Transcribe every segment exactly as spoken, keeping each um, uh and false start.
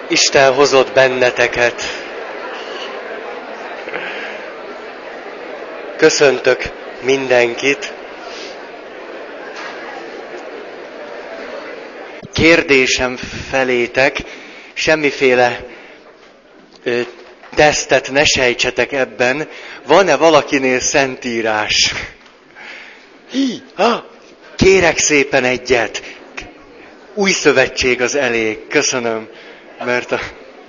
Isten hozott benneteket. Köszöntök mindenkit. Kérdésem felétek, semmiféle ö, tesztet ne sejtsetek ebben. Van-e valakinél szentírás? Hí, ha, kérek szépen egyet. Új szövetség az elég. Köszönöm. Mert a,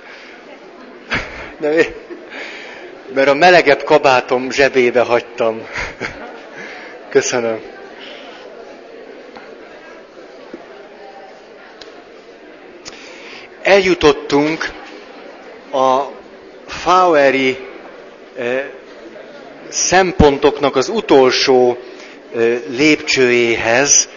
mert a melegebb kabátom zsebébe hagytam. Köszönöm. Eljutottunk a Faueri eh, szempontoknak az utolsó eh, lépcsőjéhez,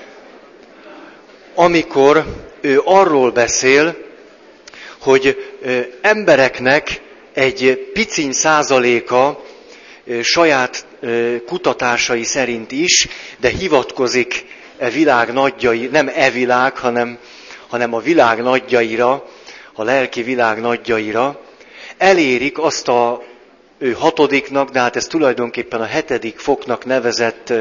amikor ő arról beszél, hogy embereknek egy piciny százaléka saját kutatásai szerint is, de hivatkozik e világ nagyjai, nem e világ, hanem, hanem a világ nagyjaira, a lelki világ nagyjaira, elérik azt a ő hatodiknak, de hát ez tulajdonképpen a hetedik foknak nevezett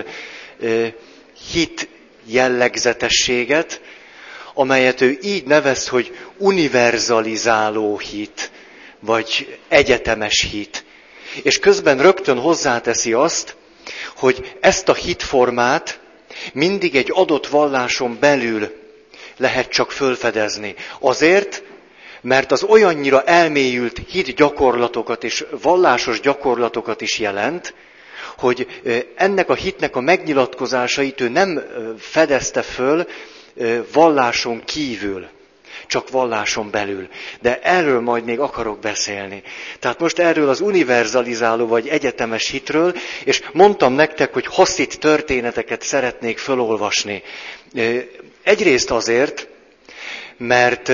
hit jellegzetességet, amelyet ő így nevez, hogy univerzalizáló hit, vagy egyetemes hit. És közben rögtön hozzáteszi azt, hogy ezt a hitformát mindig egy adott valláson belül lehet csak fölfedezni. Azért, mert az olyannyira elmélyült hit gyakorlatokat és vallásos gyakorlatokat is jelent, hogy ennek a hitnek a megnyilatkozásait ő nem fedezte föl, valláson kívül, csak valláson belül. De erről majd még akarok beszélni. Tehát most erről az univerzalizáló vagy egyetemes hitről, és mondtam nektek, hogy haszit történeteket szeretnék felolvasni. Egyrészt azért, mert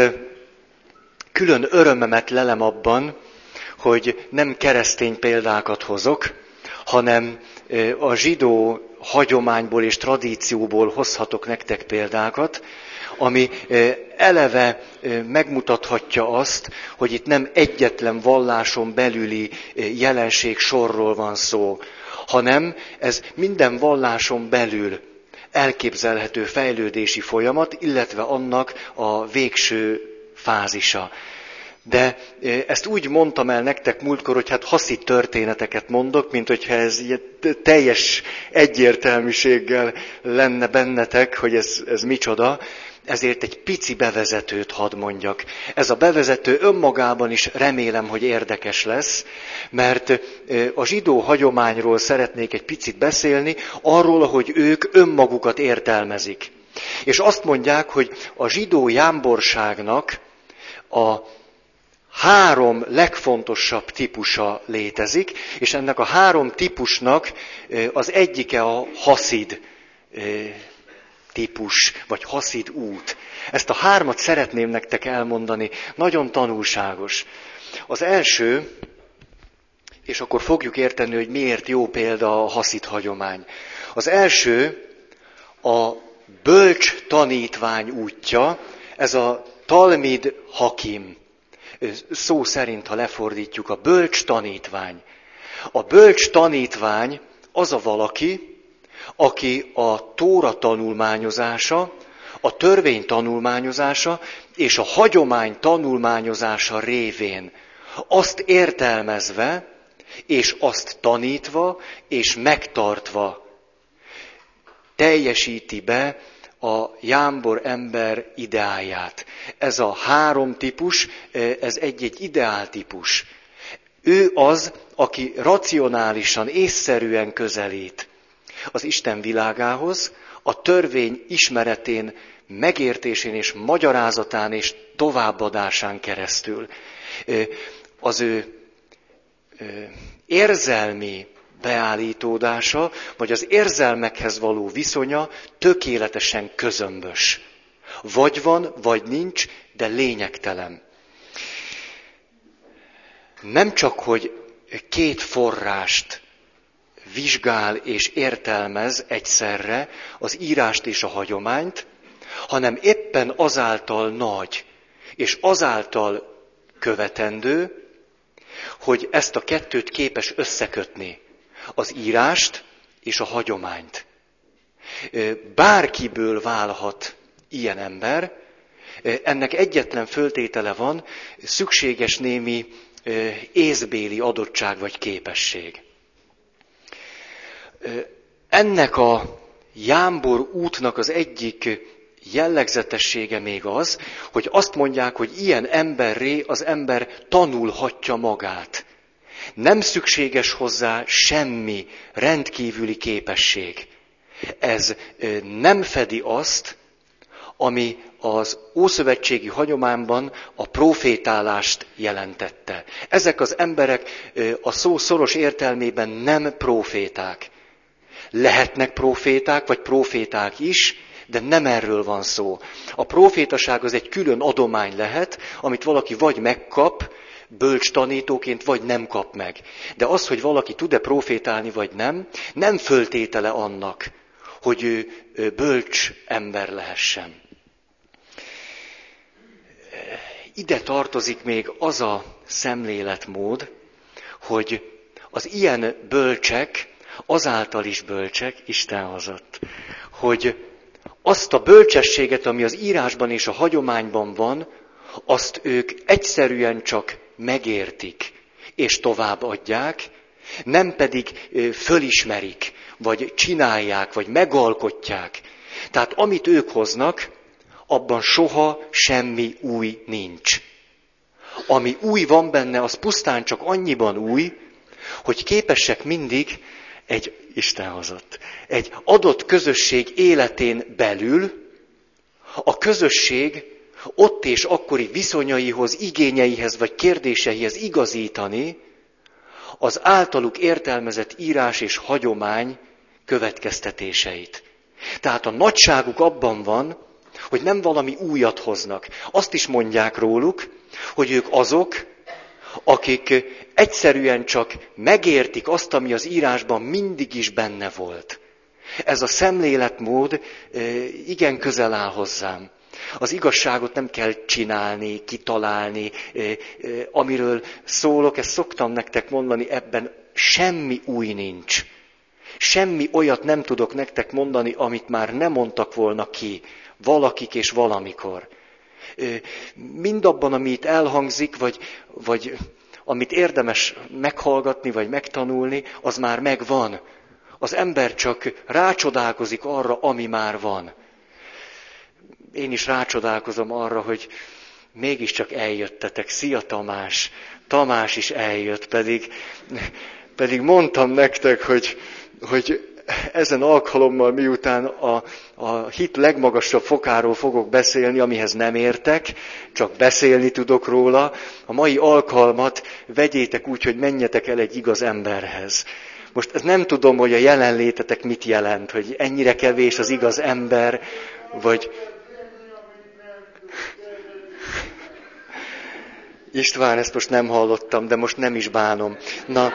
külön örömemet lelem abban, hogy nem keresztény példákat hozok, hanem a zsidó hagyományból és tradícióból hozhatok nektek példákat, ami eleve megmutathatja azt, hogy itt nem egyetlen valláson belüli jelenség sorról van szó, hanem ez minden valláson belül elképzelhető fejlődési folyamat, illetve annak a végső fázisa. De ezt úgy mondtam el nektek múltkor, hogy hát haszit történeteket mondok, mint hogyha ez teljes egyértelműséggel lenne bennetek, hogy ez, ez micsoda. Ezért egy pici bevezetőt hadd mondjak. Ez a bevezető önmagában is remélem, hogy érdekes lesz, mert a zsidó hagyományról szeretnék egy picit beszélni, arról, hogy ők önmagukat értelmezik. És azt mondják, hogy a zsidó jámborságnak a három legfontosabb típusa létezik, és ennek a három típusnak az egyike a haszid típus, vagy haszid út. Ezt a hármat szeretném nektek elmondani, nagyon tanulságos. Az első, és akkor fogjuk érteni, hogy miért jó példa a haszid hagyomány. Az első a bölcs tanítvány útja, ez a Talmid Hakim. Szó szerint, ha lefordítjuk, a bölcs tanítvány. A bölcs tanítvány az a valaki, aki a Tóra tanulmányozása, a törvény tanulmányozása és a hagyomány tanulmányozása révén azt értelmezve, és azt tanítva, és megtartva teljesíti be a jámbor ember ideáját. Ez a három típus, ez egy-egy ideáltípus. Ő az, aki racionálisan, észszerűen közelít az Isten világához, a törvény ismeretén, megértésén és magyarázatán és továbbadásán keresztül. Az ő érzelmi beállítódása, vagy az érzelmekhez való viszonya tökéletesen közömbös. Vagy van, vagy nincs, de lényegtelen. Nem csak, hogy két forrást vizsgál és értelmez egyszerre, az írást és a hagyományt, hanem éppen azáltal nagy, és azáltal követendő, hogy ezt a kettőt képes összekötni, az írást és a hagyományt. Bárkiből válhat ilyen ember, ennek egyetlen föltétele van, szükséges némi észbéli adottság vagy képesség. Ennek a jámbor útnak az egyik jellegzetessége még az, hogy azt mondják, hogy ilyen emberré az ember tanulhatja magát. Nem szükséges hozzá semmi rendkívüli képesség. Ez nem fedi azt, ami az ószövetségi hagyományban a profétálást jelentette. Ezek az emberek a szó szoros értelmében nem proféták. Lehetnek proféták, vagy proféták is, de nem erről van szó. A profétaság az egy külön adomány lehet, amit valaki vagy megkap, bölcs tanítóként, vagy nem kap meg. De az, hogy valaki tud-e profétálni, vagy nem, nem föltétele annak, hogy ő bölcs ember lehessen. Ide tartozik még az a szemléletmód, hogy az ilyen bölcsek azáltal is bölcsek, Isten hozott, hogy azt a bölcsességet, ami az írásban és a hagyományban van, azt ők egyszerűen csak megértik és továbbadják, nem pedig fölismerik, vagy csinálják, vagy megalkotják. Tehát amit ők hoznak, abban soha semmi új nincs. Ami új van benne, az pusztán csak annyiban új, hogy képesek mindig egy, Isten hozott, egy adott közösség életén belül a közösség ott és akkori viszonyaihoz, igényeihez vagy kérdéseihez igazítani az általuk értelmezett írás és hagyomány következtetéseit. Tehát a nagyságuk abban van, hogy nem valami újat hoznak. Azt is mondják róluk, hogy ők azok, akik egyszerűen csak megértik azt, ami az írásban mindig is benne volt. Ez a szemléletmód igen közel áll hozzám. Az igazságot nem kell csinálni, kitalálni, amiről szólok, ezt szoktam nektek mondani, ebben semmi új nincs. Semmi olyat nem tudok nektek mondani, amit már nem mondtak volna ki valakik és valamikor. Mindabban, ami itt elhangzik, vagy, vagy amit érdemes meghallgatni, vagy megtanulni, az már megvan. Az ember csak rácsodálkozik arra, ami már van. Én is rácsodálkozom arra, hogy mégiscsak eljöttetek. Szia Tamás! Tamás is eljött, pedig, pedig mondtam nektek, hogy, hogy ezen alkalommal miután a, a hit legmagasabb fokáról fogok beszélni, amihez nem értek, csak beszélni tudok róla, a mai alkalmat vegyétek úgy, hogy menjetek el egy igaz emberhez. Most nem tudom, hogy a jelenlétetek mit jelent, hogy ennyire kevés az igaz ember, vagy... István, ezt most nem hallottam, de most nem is bánom. Na,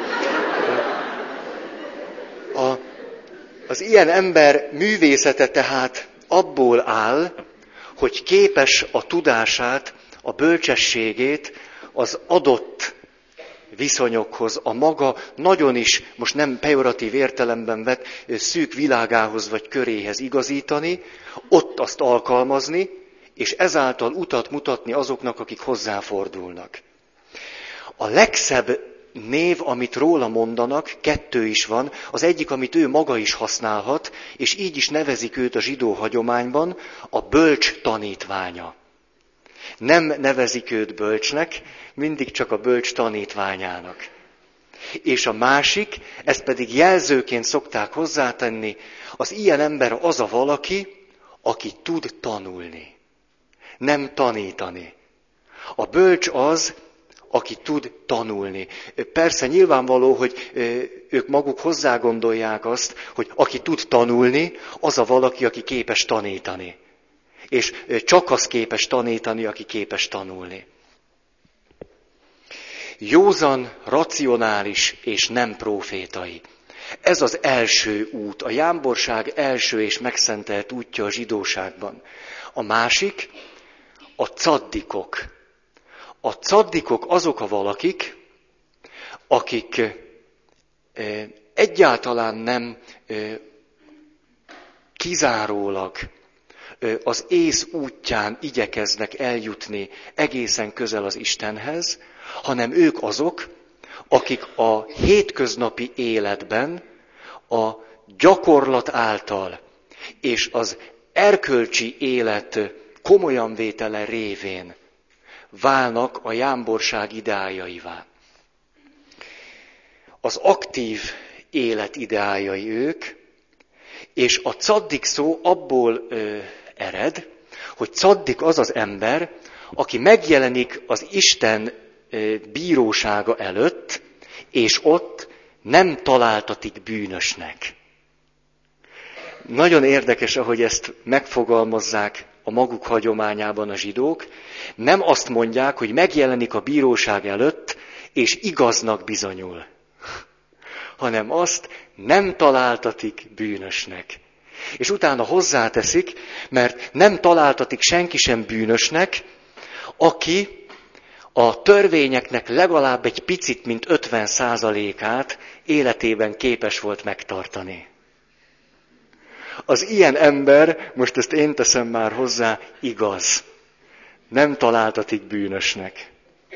a, az ilyen ember művészete tehát abból áll, hogy képes a tudását, a bölcsességét az adott viszonyokhoz, a maga nagyon is, most nem pejoratív értelemben vett, szűk világához vagy köréhez igazítani, ott azt alkalmazni, és ezáltal utat mutatni azoknak, akik hozzáfordulnak. A legszebb név, amit róla mondanak, kettő is van, az egyik, amit ő maga is használhat, és így is nevezik őt a zsidó hagyományban, a bölcs tanítványa. Nem nevezik őt bölcsnek, mindig csak a bölcs tanítványának. És a másik, ezt pedig jelzőként szokták hozzátenni, az ilyen ember az a valaki, aki tud tanulni. Nem tanítani. A bölcs az, aki tud tanulni. Persze nyilvánvaló, hogy ők maguk hozzátgondolják azt, hogy aki tud tanulni, az a valaki, aki képes tanítani. És csak az képes tanítani, aki képes tanulni. Józan, racionális és nem profétai. Ez az első út, a jámborság első és megszentelt útja a zsidóságban. A másik, a caddikok, A caddikok azok a valakik, akik egyáltalán nem kizárólag az ész útján igyekeznek eljutni egészen közel az Istenhez, hanem ők azok, akik a hétköznapi életben a gyakorlat által és az erkölcsi élet komolyan vétele révén válnak a jámborság ideájaivá. Az aktív élet ideájai ők, és a caddik szó abból ö, ered, hogy caddik az az ember, aki megjelenik az Isten ö, bírósága előtt, és ott nem találtatik bűnösnek. Nagyon érdekes, ahogy ezt megfogalmazzák a maguk hagyományában a zsidók. Nem azt mondják, hogy megjelenik a bíróság előtt, és igaznak bizonyul, hanem azt nem találtatik bűnösnek. És utána hozzáteszik, mert nem találtatik senki sem bűnösnek, aki a törvényeknek legalább egy picit, mint ötven százalékát életében képes volt megtartani. Az ilyen ember, most ezt én teszem már hozzá, igaz. Nem találtatik bűnösnek.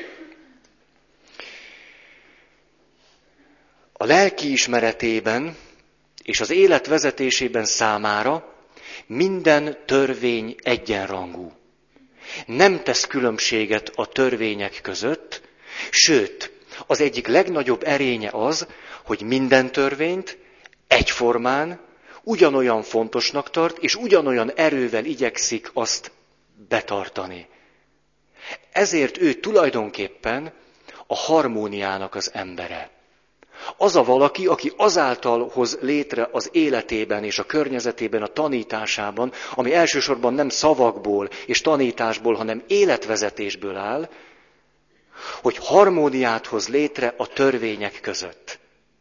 A lelki ismeretében és az élet vezetésében számára minden törvény egyenrangú. Nem tesz különbséget a törvények között, sőt, az egyik legnagyobb erénye az, hogy minden törvényt egyformán, ugyanolyan fontosnak tart, és ugyanolyan erővel igyekszik azt betartani. Ezért ő tulajdonképpen a harmóniának az embere. Az a valaki, aki azáltal hoz létre az életében és a környezetében, a tanításában, ami elsősorban nem szavakból és tanításból, hanem életvezetésből áll, hogy harmóniát hoz létre a törvények között.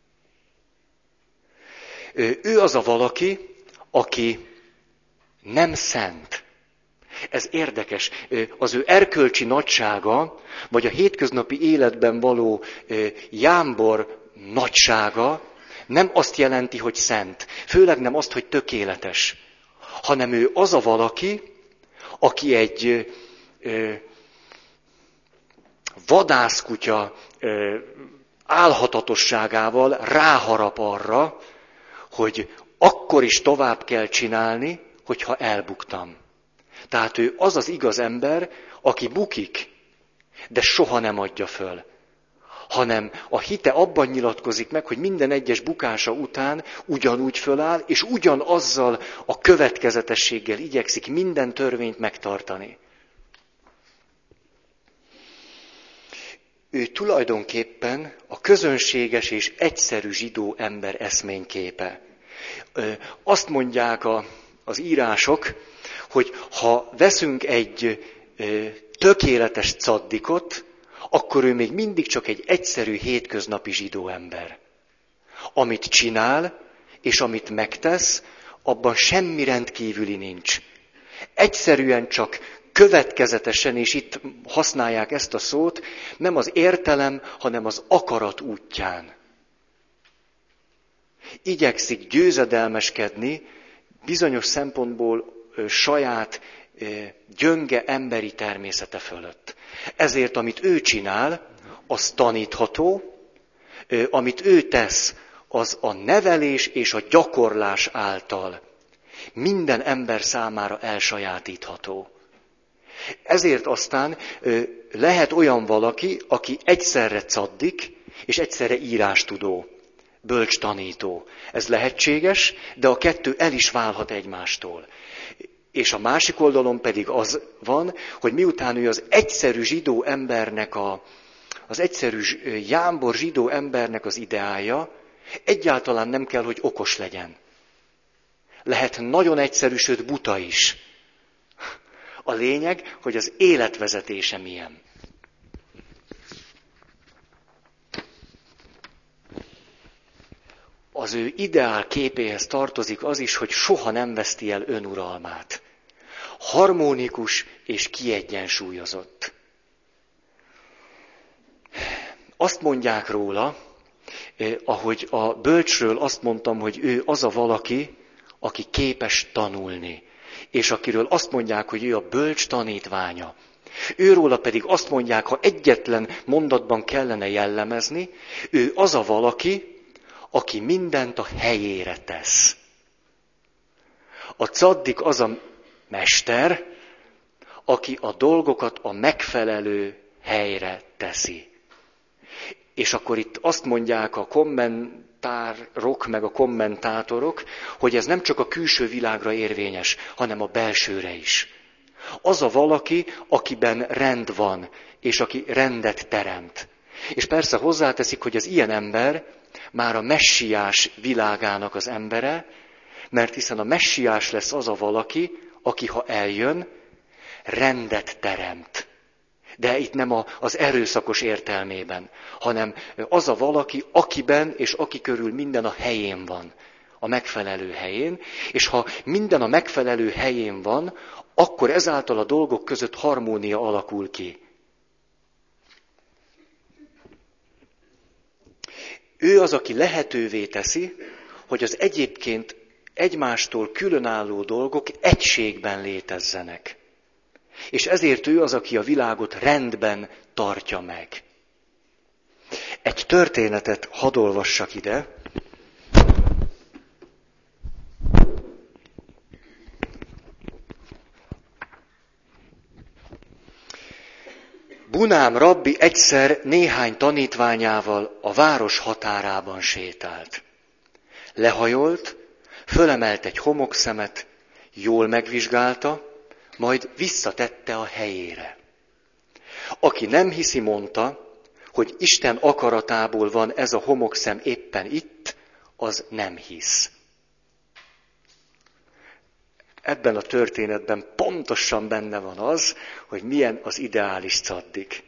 Ő az a valaki, aki nem szent. Ez érdekes. Az ő erkölcsi nagysága, vagy a hétköznapi életben való jámbor nagysága nem azt jelenti, hogy szent. Főleg nem azt, hogy tökéletes. Hanem ő az a valaki, aki egy vadászkutya álhatatosságával ráharap arra, hogy akkor is tovább kell csinálni, hogyha elbuktam. Tehát ő az az igaz ember, aki bukik, de soha nem adja föl. Hanem a hite abban nyilatkozik meg, hogy minden egyes bukása után ugyanúgy föláll, és ugyanazzal a következetességgel igyekszik minden törvényt megtartani. Ő tulajdonképpen a közönséges és egyszerű zsidó ember eszményképe. Azt mondják a, az írások, hogy ha veszünk egy tökéletes caddikot, akkor ő még mindig csak egy egyszerű hétköznapi zsidó ember. Amit csinál, és amit megtesz, abban semmi rendkívüli nincs. Egyszerűen csak következetesen, és itt használják ezt a szót, nem az értelem, hanem az akarat útján. Igyekszik győzedelmeskedni bizonyos szempontból saját gyönge emberi természete fölött. Ezért, amit ő csinál, az tanítható, amit ő tesz, az a nevelés és a gyakorlás által minden ember számára elsajátítható. Ezért aztán lehet olyan valaki, aki egyszerre caddik, és egyszerre írástudó, bölcs tanító. Ez lehetséges, de a kettő el is válhat egymástól. És a másik oldalon pedig az van, hogy miután ő az egyszerű zsidó embernek, a, az egyszerű jámbor zsidó embernek az ideája, egyáltalán nem kell, hogy okos legyen. Lehet nagyon egyszerű, sőt buta is. A lényeg, hogy az életvezetése milyen. Az ő ideál képéhez tartozik az is, hogy soha nem veszti el önuralmát. Harmonikus és kiegyensúlyozott. Azt mondják róla, ahogy a bölcsről azt mondtam, hogy ő az a valaki, aki képes tanulni, és akiről azt mondják, hogy ő a bölcs tanítványa. Őróla pedig azt mondják, ha egyetlen mondatban kellene jellemezni, ő az a valaki, aki mindent a helyére tesz. A caddik az a mester, aki a dolgokat a megfelelő helyre teszi. És akkor itt azt mondják a kommentárok, meg a kommentátorok, hogy ez nem csak a külső világra érvényes, hanem a belsőre is. Az a valaki, akiben rend van, és aki rendet teremt. És persze hozzáteszik, hogy az ilyen ember már a messiás világának az embere, mert hiszen a messiás lesz az a valaki, aki ha eljön, rendet teremt. De itt nem a, az erőszakos értelmében, hanem az a valaki, akiben és aki körül minden a helyén van, a megfelelő helyén, és ha minden a megfelelő helyén van, akkor ezáltal a dolgok között harmónia alakul ki. Ő az, aki lehetővé teszi, hogy az egyébként egymástól különálló dolgok egységben létezzenek. És ezért ő az, aki a világot rendben tartja meg. Egy történetet hadd olvassak ide. Bunám rabbi egyszer néhány tanítványával a város határában sétált. Lehajolt, fölemelt egy homokszemet, jól megvizsgálta, majd visszatette a helyére. Aki nem hiszi, mondta, hogy Isten akaratából van ez a homokszem éppen itt, az nem hisz. Ebben a történetben pontosan benne van az, hogy milyen az ideális caddik.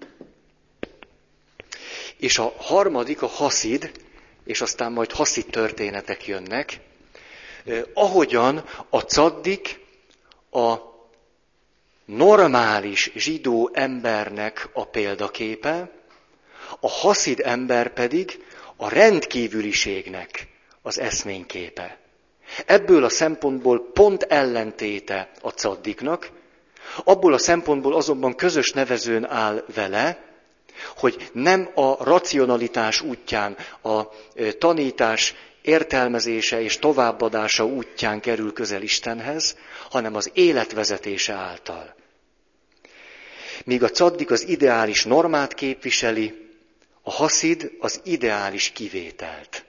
És a harmadik, a haszid, és aztán majd haszid történetek jönnek, ahogyan a caddik a normális zsidó embernek a példaképe, a haszid ember pedig a rendkívüliségnek az eszményképe. Ebből a szempontból pont ellentéte a caddiknak, abból a szempontból azonban közös nevezőn áll vele, hogy nem a racionalitás útján, a tanítás értelmezése és továbbadása útján kerül közel Istenhez, hanem az életvezetése által. Míg a caddik az ideális normát képviseli, a haszid az ideális kivételt.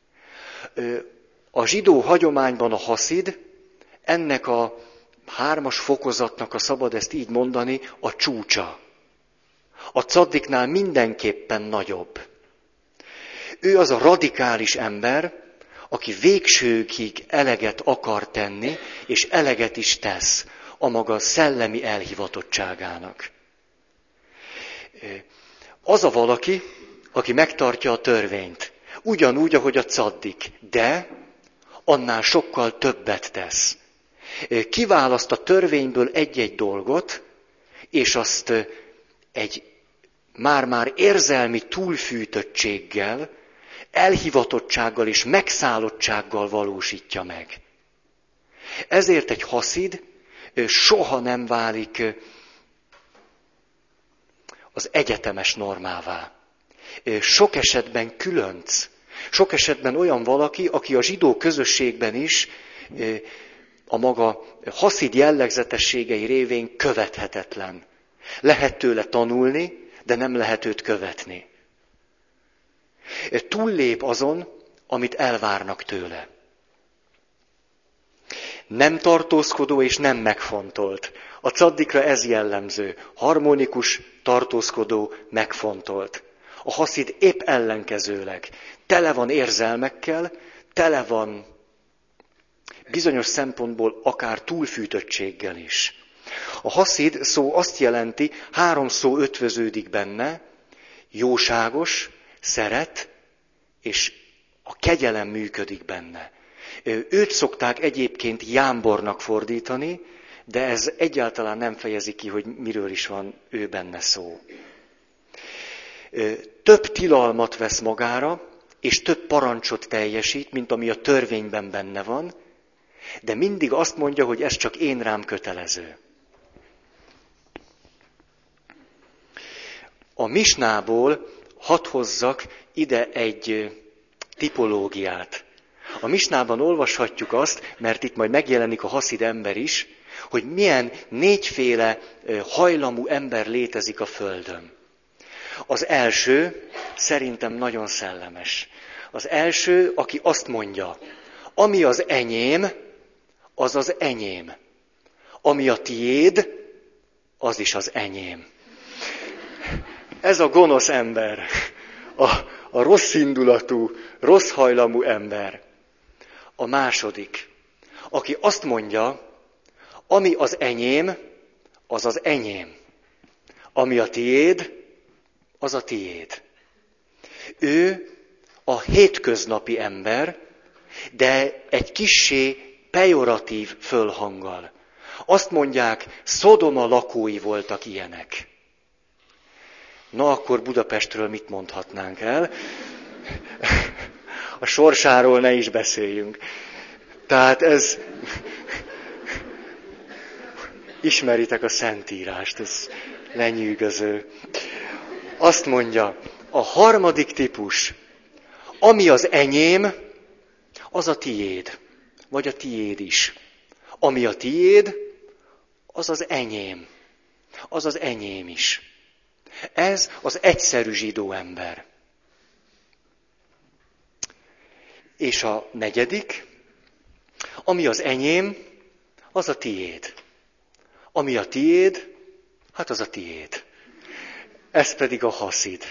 A zsidó hagyományban a haszid ennek a hármas fokozatnak, a szabad ezt így mondani, a csúcsa. A caddiknál mindenképpen nagyobb. Ő az a radikális ember, aki végsőkig eleget akar tenni, és eleget is tesz a maga szellemi elhivatottságának. Az a valaki, aki megtartja a törvényt, ugyanúgy, ahogy a caddik, de annál sokkal többet tesz. Kiválaszt a törvényből egy-egy dolgot, és azt egy már-már érzelmi túlfűtöttséggel, elhivatottsággal és megszállottsággal valósítja meg. Ezért egy haszid soha nem válik az egyetemes normává. Sok esetben különc. Sok esetben olyan valaki, aki a zsidó közösségben is a maga haszid jellegzetességei révén követhetetlen. Lehet tőle tanulni, de nem lehet őt követni. Túllép azon, amit elvárnak tőle. Nem tartózkodó és nem megfontolt. A caddikra ez jellemző. Harmonikus, tartózkodó, megfontolt. A haszid épp ellenkezőleg. Tele van érzelmekkel, tele van bizonyos szempontból akár túlfűtöttséggel is. A haszid szó azt jelenti, három szó ötvöződik benne, jóságos, szeret, és a kegyelem működik benne. Őt szokták egyébként jámbornak fordítani, de ez egyáltalán nem fejezi ki, hogy miről is van ő benne szó. több tilalmat vesz magára, és több parancsot teljesít, mint ami a törvényben benne van, de mindig azt mondja, hogy ez csak én rám kötelező. A Misnából hadd hozzak ide egy tipológiát. A Misnában olvashatjuk azt, mert itt majd megjelenik a haszid ember is, hogy milyen négyféle hajlamú ember létezik a földön. Az első szerintem nagyon szellemes. Az első, aki azt mondja, ami az enyém, az az enyém. Ami a tiéd, az is az enyém. Ez a gonosz ember, a, a rossz indulatú, rossz hajlamú ember. A második, aki azt mondja, ami az enyém, az az enyém. Ami a tiéd, az a tiéd. Ő a hétköznapi ember, de egy kissé pejoratív fölhanggal. Azt mondják, Szodoma lakói voltak ilyenek. Na akkor Budapestről mit mondhatnánk el? A sorsáról ne is beszéljünk. Tehát ez... Ismeritek a Szentírást, ez lenyűgöző. Azt mondja, a harmadik típus, ami az enyém, az a tiéd, vagy a tiéd is. Ami a tiéd, az az enyém, az az enyém is. Ez az egyszerű zsidó ember. És a negyedik, ami az enyém, az a tiéd. Ami a tiéd, hát az a tiéd. Ez pedig a haszid.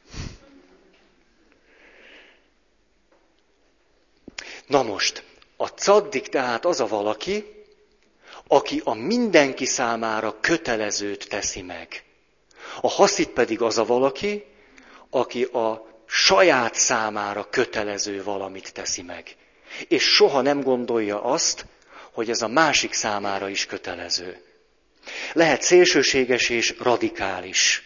Na most, a caddik tehát az a valaki, aki a mindenki számára kötelezőt teszi meg. A haszid pedig az a valaki, aki a saját számára kötelező valamit teszi meg. És soha nem gondolja azt, hogy ez a másik számára is kötelező. Lehet szélsőséges és radikális.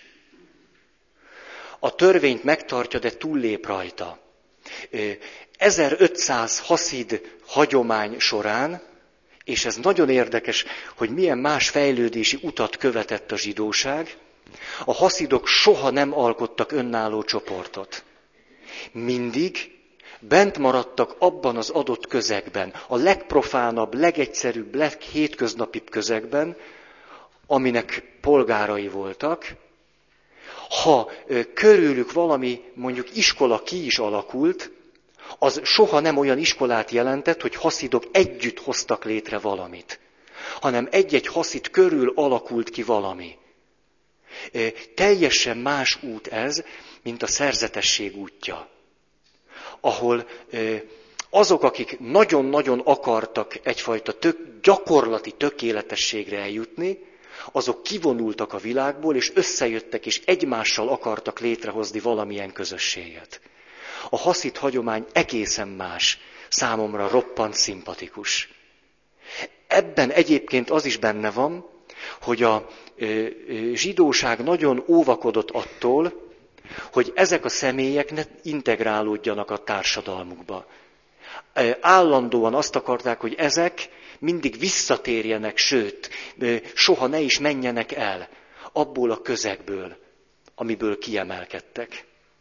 A törvényt megtartja, de túllép rajta. ezerötszáz haszid hagyomány során, és ez nagyon érdekes, hogy milyen más fejlődési utat követett a zsidóság, a haszidok soha nem alkottak önálló csoportot. Mindig bent maradtak abban az adott közegben, a legprofánabb, legegyszerűbb, leghétköznapibb közegben, aminek polgárai voltak. Ha körülük valami, mondjuk iskola ki is alakult, az soha nem olyan iskolát jelentett, hogy haszidok együtt hoztak létre valamit, hanem egy-egy haszid körül alakult ki valami. Teljesen más út ez, mint a szerzetesség útja, ahol azok, akik nagyon-nagyon akartak egyfajta tök, gyakorlati tökéletességre eljutni, azok kivonultak a világból, és összejöttek, és egymással akartak létrehozni valamilyen közösséget. A haszid hagyomány egészen más, számomra roppant szimpatikus. Ebben egyébként az is benne van, hogy a zsidóság nagyon óvakodott attól, hogy ezek a személyek ne integrálódjanak a társadalmukba. Állandóan azt akarták, hogy ezek mindig visszatérjenek, sőt, soha ne is menjenek el abból a közegből, amiből kiemelkedtek.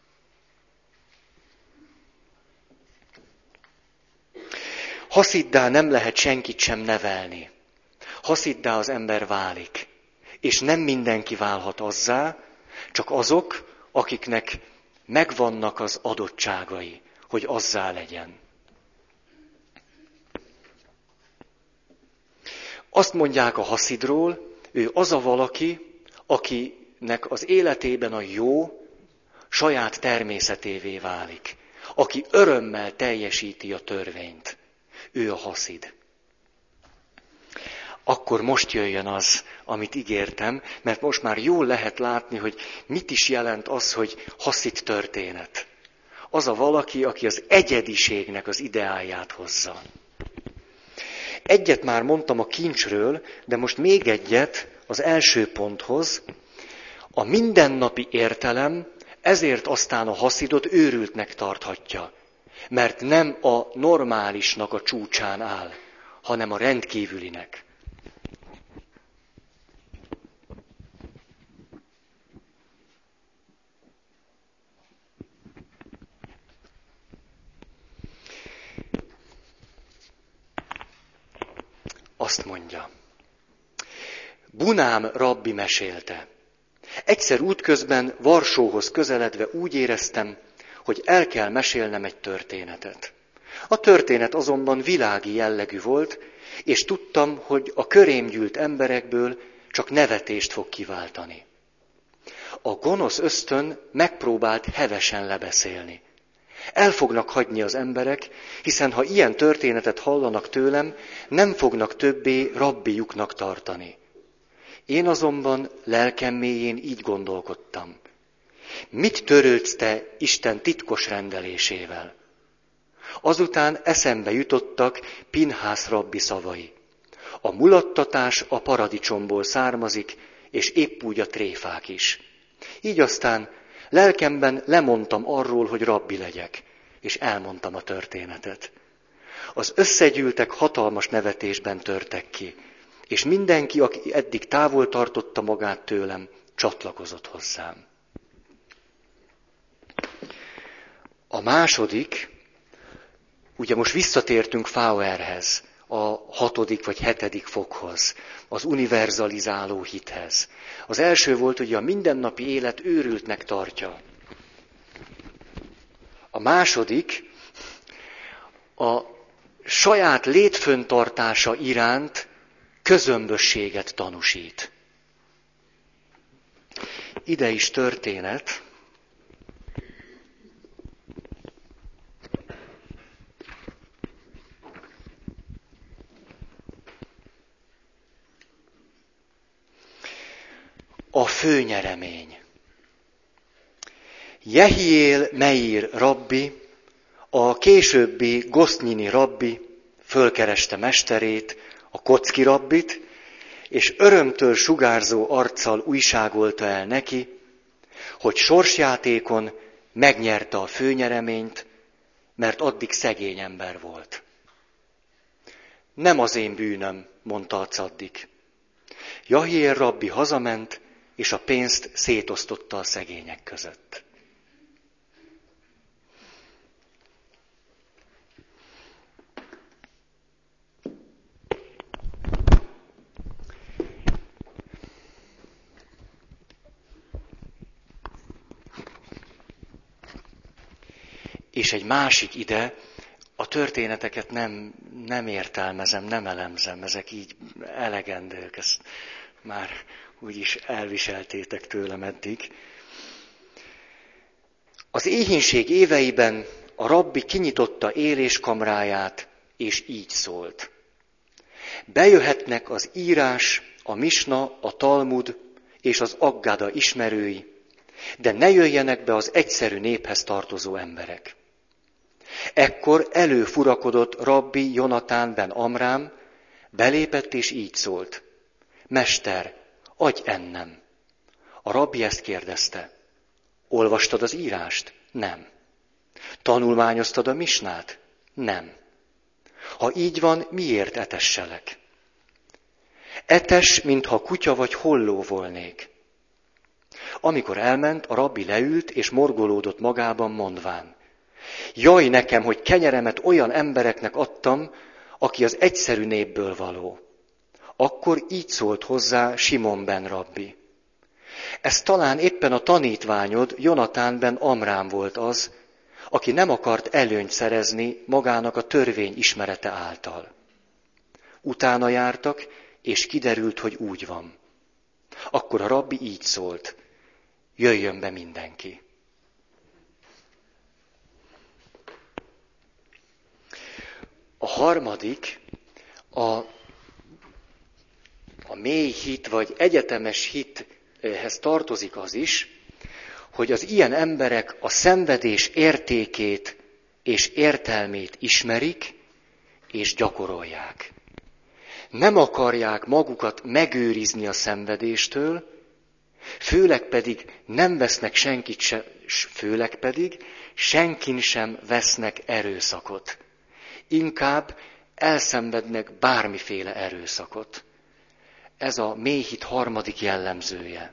Hasziddá nem lehet senkit sem nevelni. Hasziddá az ember válik. És nem mindenki válhat azzá, csak azok, akiknek megvannak az adottságai, hogy azzá legyen. Azt mondják a haszidról, ő az a valaki, akinek az életében a jó saját természetévé válik. Aki örömmel teljesíti a törvényt. Ő a haszid. Akkor most jöjjön az, amit ígértem, mert most már jól lehet látni, hogy mit is jelent az, hogy haszid történet. Az a valaki, aki az egyediségnek az ideáját hozza. Egyet már mondtam a kincsről, de most még egyet az első ponthoz. A mindennapi értelem Ezért aztán a haszidot őrültnek tarthatja, mert nem a normálisnak a csúcsán áll, hanem a rendkívülinek. Azt mondja, Bunám rabbi mesélte. Egyszer útközben Varsóhoz közeledve úgy éreztem, hogy el kell mesélnem egy történetet. A történet azonban világi jellegű volt, és tudtam, hogy a körém gyűlt emberekből csak nevetést fog kiváltani. A gonosz ösztön megpróbált hevesen lebeszélni. El fognak hagyni az emberek, hiszen ha ilyen történetet hallanak tőlem, nem fognak többé rabbiuknak tartani. Én azonban lelkem mélyén így gondolkodtam. Mit törődsz te Isten titkos rendelésével? Azután eszembe jutottak Pinhász rabbi szavai. A mulattatás a paradicsomból származik, és épp úgy a tréfák is. Így aztán lelkemben lemondtam arról, hogy rabbi legyek, és elmondtam a történetet. Az összegyűltek hatalmas nevetésben törtek ki, és mindenki, aki eddig távol tartotta magát tőlem, csatlakozott hozzám. A második, ugye most visszatértünk Fauerhez, a hatodik vagy hetedik fokhoz, az univerzalizáló hithez. Az első volt, hogy a mindennapi élet őrültnek tartja. A második, a saját létföntartása iránt közömbösséget tanúsít. Ide is történet. A főnyeremény. Jehiél Meir rabbi, a későbbi Gosznyini rabbi fölkereste mesterét, a Kocki rabbit, és örömtől sugárzó arccal újságolta el neki, hogy sorsjátékon megnyerte a főnyereményt, mert addig szegény ember volt. Nem az én bűnöm, mondta a caddik. Jehiél rabbi hazament, és a pénzt szétosztotta a szegények között. És egy másik ide, a történeteket nem, nem értelmezem, nem elemzem, ezek így elegendők, ezt már úgyis elviseltétek tőlem eddig. Az éhínség éveiben a rabbi kinyitotta éléskamráját, és így szólt. Bejöhetnek az írás, a misna, a talmud és az aggáda ismerői, de ne jöjjenek be az egyszerű néphez tartozó emberek. Ekkor előfurakodott rabbi Jonatán ben Amrám, belépett és így szólt. Mester, adj ennem. A rabbi ezt kérdezte. Olvastad az írást? Nem. Tanulmányoztad a misnát? Nem. Ha így van, miért etesselek? Etes, mintha kutya vagy holló volnék. Amikor elment, a rabbi leült és morgolódott magában mondván. Jaj nekem, hogy kenyeremet olyan embereknek adtam, aki az egyszerű népből való. Akkor így szólt hozzá Simon ben rabbi. Ez talán éppen a tanítványod, Jonatán ben Amrám volt az, aki nem akart előnyt szerezni magának a törvény ismerete által. Utána jártak, és kiderült, hogy úgy van. Akkor a rabbi így szólt. Jöjjön be mindenki. A harmadik, a, a mély hit, vagy egyetemes hithez tartozik az is, hogy az ilyen emberek a szenvedés értékét és értelmét ismerik és gyakorolják. Nem akarják magukat megőrizni a szenvedéstől, főleg pedig nem vesznek senkit se, s főleg pedig senkin sem vesznek erőszakot. Inkább elszenvednek bármiféle erőszakot. Ez a mély hit harmadik jellemzője.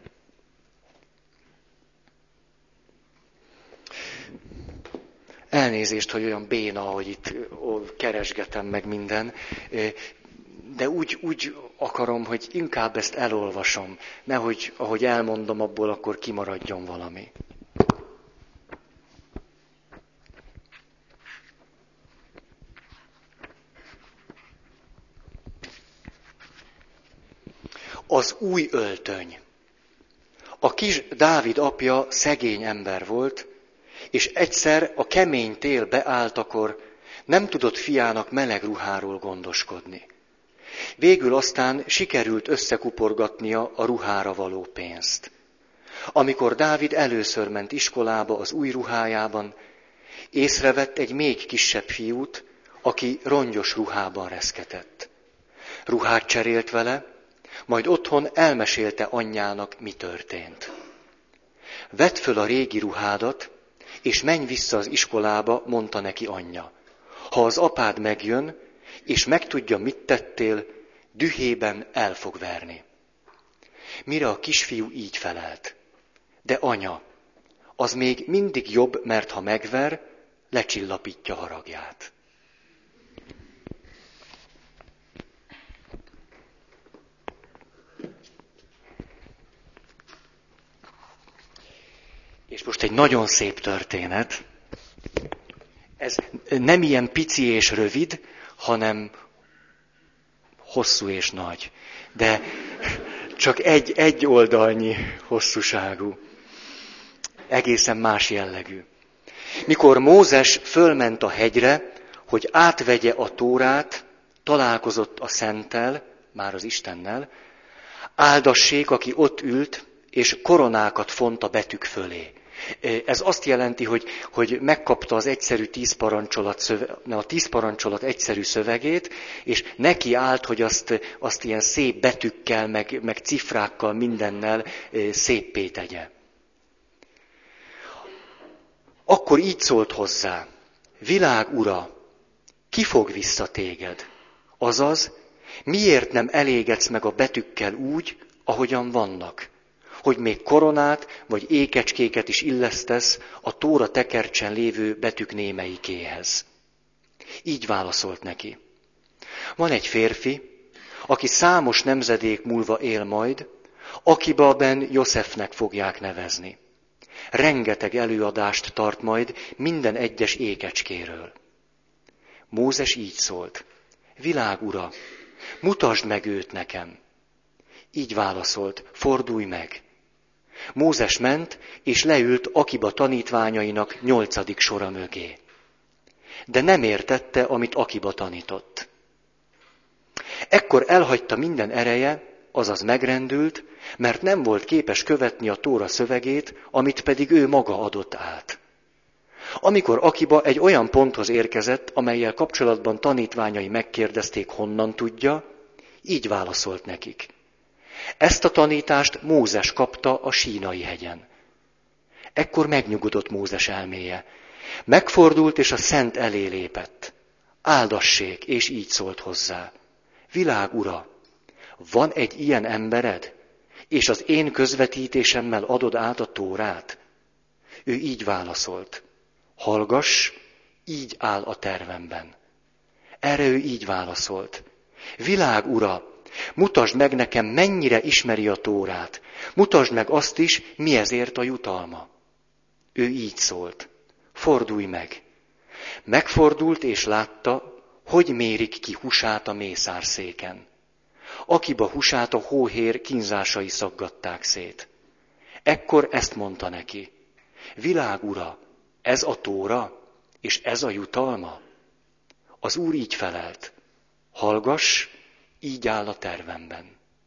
Elnézést, hogy olyan béna, hogy itt keresgetem meg minden, de úgy, úgy akarom, hogy inkább ezt elolvasom, nehogy ahogy elmondom, abból akkor kimaradjon valami. Az új öltöny. A kis Dávid apja szegény ember volt, és egyszer a kemény tél beálltakor nem tudott fiának meleg ruháról gondoskodni. Végül aztán sikerült összekuporgatnia a ruhára való pénzt. Amikor Dávid először ment iskolába az új ruhájában, észrevett egy még kisebb fiút, aki rongyos ruhában reszketett. Ruhát cserélt vele, majd otthon elmesélte anyjának, mi történt. Vedd föl a régi ruhádat, és menj vissza az iskolába, mondta neki anyja. Ha az apád megjön, és megtudja, mit tettél, dühében el fog verni. Mire a kisfiú így felelt. De anya, az még mindig jobb, mert ha megver, lecsillapítja haragját. És most egy nagyon szép történet. Ez nem ilyen pici és rövid, hanem hosszú és nagy. De csak egy, egy oldalnyi hosszúságú. Egészen más jellegű. Mikor Mózes fölment a hegyre, hogy átvegye a Tórát, találkozott a Szenttel, már az Istennel, áldassék, aki ott ült, és koronákat font a betűk fölé. Ez azt jelenti, hogy, hogy megkapta az egyszerű tíz parancsolat, szöve, a tíz parancsolat egyszerű szövegét, és neki állt, hogy azt, azt ilyen szép betűkkel, meg, meg cifrákkal, mindennel széppé tegye. Akkor így szólt hozzá, világ ura, ki fog vissza téged? Azaz, miért nem elégedsz meg a betűkkel úgy, ahogyan vannak? Hogy még koronát vagy ékecskéket is illesztesz a Tóra tekercsen lévő betűk némelyikéhez. Így válaszolt neki. Van egy férfi, aki számos nemzedék múlva él majd, akiben Józsefnek fogják nevezni. Rengeteg előadást tart majd minden egyes ékecskéről. Mózes így szólt. Világ ura, mutasd meg őt nekem. Így válaszolt, fordulj meg. Mózes ment, és leült Akiba tanítványainak nyolcadik sora mögé. De nem értette, amit Akiba tanított. Ekkor elhagyta minden ereje, azaz megrendült, mert nem volt képes követni a Tóra szövegét, amit pedig ő maga adott át. Amikor Akiba egy olyan ponthoz érkezett, amellyel kapcsolatban tanítványai megkérdezték, honnan tudja, így válaszolt nekik. Ezt a tanítást Mózes kapta a Sínai hegyen. Ekkor megnyugodott Mózes elméje. Megfordult, és a Szent elé lépett. Áldassék, és így szólt hozzá. Világ ura, van egy ilyen embered, és az én közvetítésemmel adod át a Tórát? Ő így válaszolt. Hallgass, így áll a tervemben. Erre ő így válaszolt. Világ ura, mutasd meg nekem, mennyire ismeri a Tórát. Mutasd meg azt is, mi ezért a jutalma. Ő így szólt. Fordulj meg. Megfordult és látta, hogy mérik ki húsát a mészárszéken. Akiba húsát a hóhér kínzásai szaggatták szét. Ekkor ezt mondta neki. Világ ura, ez a Tóra, és ez a jutalma? Az Úr így felelt. Hallgass, így áll a tervemben.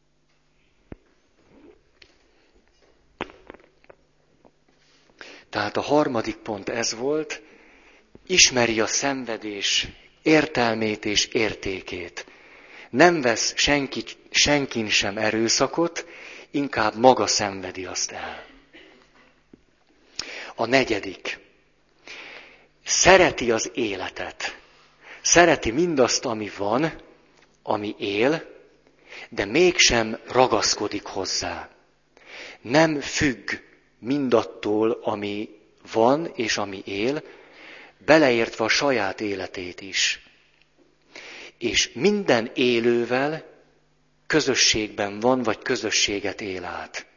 Tehát a harmadik pont ez volt, ismeri a szenvedés értelmét és értékét. Nem vesz senki, senkin sem erőszakot, inkább maga szenvedi azt el. A negyedik. Szereti az életet. Szereti mindazt, ami van, ami él, de mégsem ragaszkodik hozzá. Nem függ mindattól, ami van és ami él, beleértve a saját életét is. És minden élővel közösségben van, vagy közösséget él át.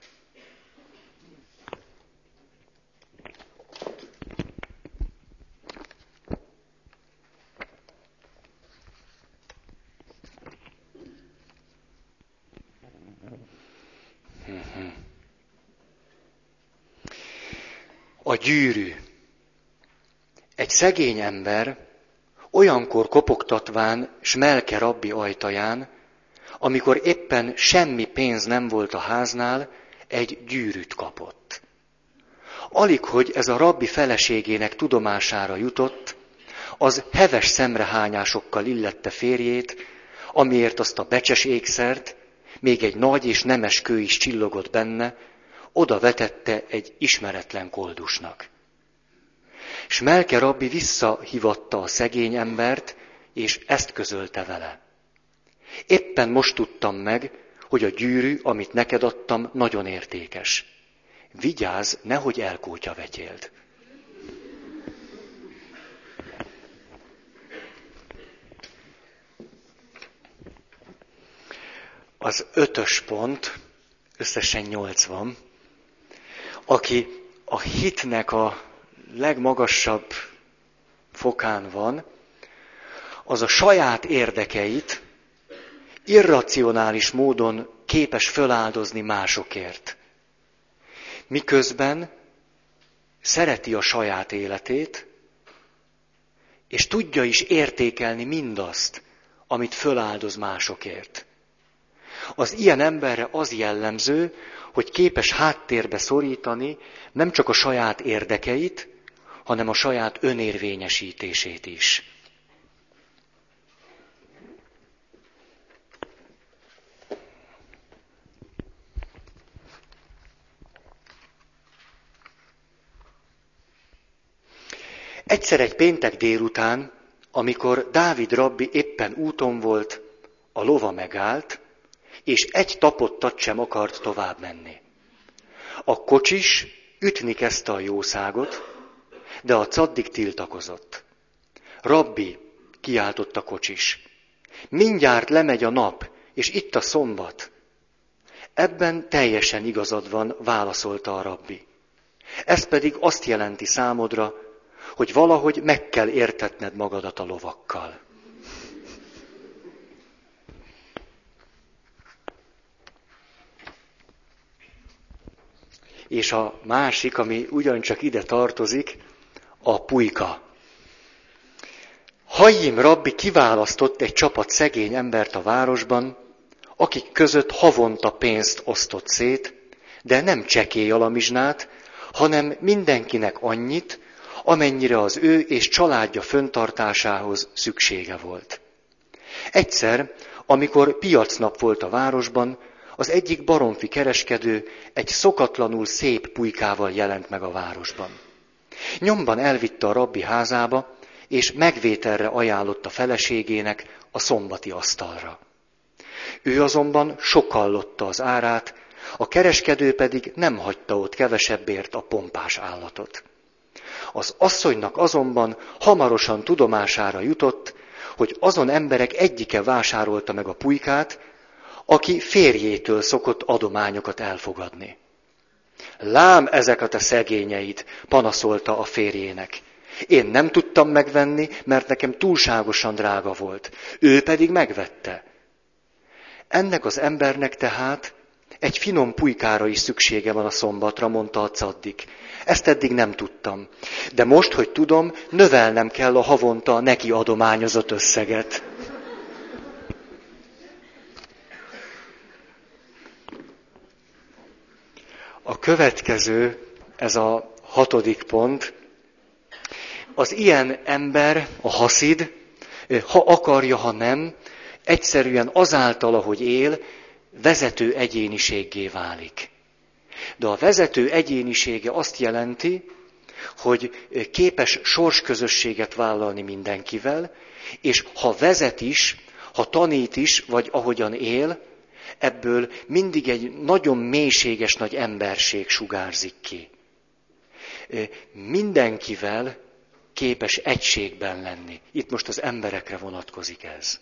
A gyűrű. Egy szegény ember olyankor kopogtatván Smelke rabbi ajtaján, amikor éppen semmi pénz nem volt a háznál, egy gyűrűt kapott. Alighogy ez a rabbi feleségének tudomására jutott, az heves szemrehányásokkal illette férjét, amiért azt a becses ékszert, még egy nagy és nemes kő is csillogott benne, oda vetette egy ismeretlen koldusnak. Smelke rabbi visszahívatta a szegény embert, és ezt közölte vele. Éppen most tudtam meg, hogy a gyűrű, amit neked adtam, nagyon értékes. Vigyázz, nehogy elkótya vetyéld. Az ötös pont, összesen nyolc van, aki a hitnek a legmagasabb fokán van, az a saját érdekeit irracionális módon képes föláldozni másokért. Miközben szereti a saját életét, és tudja is értékelni mindazt, amit föláldoz másokért. Az ilyen emberre az jellemző, hogy képes háttérbe szorítani nem csak a saját érdekeit, hanem a saját önérvényesítését is. Egyszer egy péntek délután, amikor Dávid rabbi éppen úton volt, a lova megállt, és egy tapottat sem akart tovább menni. A kocsis ütni kezdte a jószágot, de a caddik tiltakozott. Rabbi, kiáltott a kocsis, mindjárt lemegy a nap, és itt a szombat. Ebben teljesen igazad van, válaszolta a rabbi. Ez pedig azt jelenti számodra, hogy valahogy meg kell értetned magadat a lovakkal. És a másik, ami ugyancsak ide tartozik, a pulyka. Hayyim rabbi kiválasztott egy csapat szegény embert a városban, akik között havonta pénzt osztott szét, de nem csekély alamizsnát, hanem mindenkinek annyit, amennyire az ő és családja föntartásához szüksége volt. Egyszer, amikor piacnap volt a városban, az egyik baromfi kereskedő egy szokatlanul szép pulykával jelent meg a városban. Nyomban elvitte a rabbi házába, és megvételre ajánlotta feleségének a szombati asztalra. Ő azonban sokallotta az árát, a kereskedő pedig nem hagyta ott kevesebbért a pompás állatot. Az asszonynak azonban hamarosan tudomására jutott, hogy azon emberek egyike vásárolta meg a pulykát, aki férjétől szokott adományokat elfogadni. Lám ezeket a szegényeit, panaszolta a férjének. Én nem tudtam megvenni, mert nekem túlságosan drága volt. Ő pedig megvette. Ennek az embernek tehát egy finom pulykára is szüksége van a szombatra, mondta a caddik. Ezt eddig nem tudtam. De most, hogy tudom, növelnem kell a havonta neki adományozott összeget. A következő, ez a hatodik pont, az ilyen ember, a haszid, ha akarja, ha nem, egyszerűen azáltal, ahogy él, vezető egyéniséggé válik. De a vezető egyénisége azt jelenti, hogy képes sorsközösséget vállalni mindenkivel, és ha vezet is, ha tanít is, vagy ahogyan él, ebből mindig egy nagyon mélységes nagy emberség sugárzik ki. Mindenkivel képes egységben lenni. Itt most az emberekre vonatkozik ez.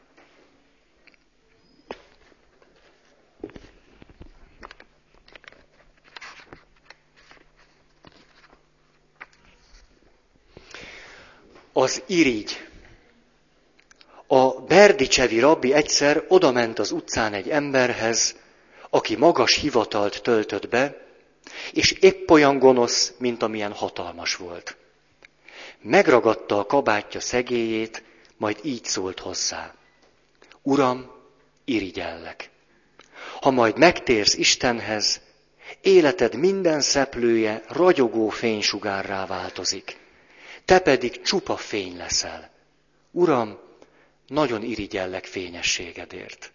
Az irigy. A berdicsevi rabbi egyszer odament az utcán egy emberhez, aki magas hivatalt töltött be, és épp olyan gonosz, mint amilyen hatalmas volt. Megragadta a kabátja szegélyét, majd így szólt hozzá. Uram, irigyellek. Ha majd megtérsz Istenhez, életed minden szeplője ragyogó fénysugárrá változik. Te pedig csupa fény leszel. Uram, nagyon irigyellek fényességedért.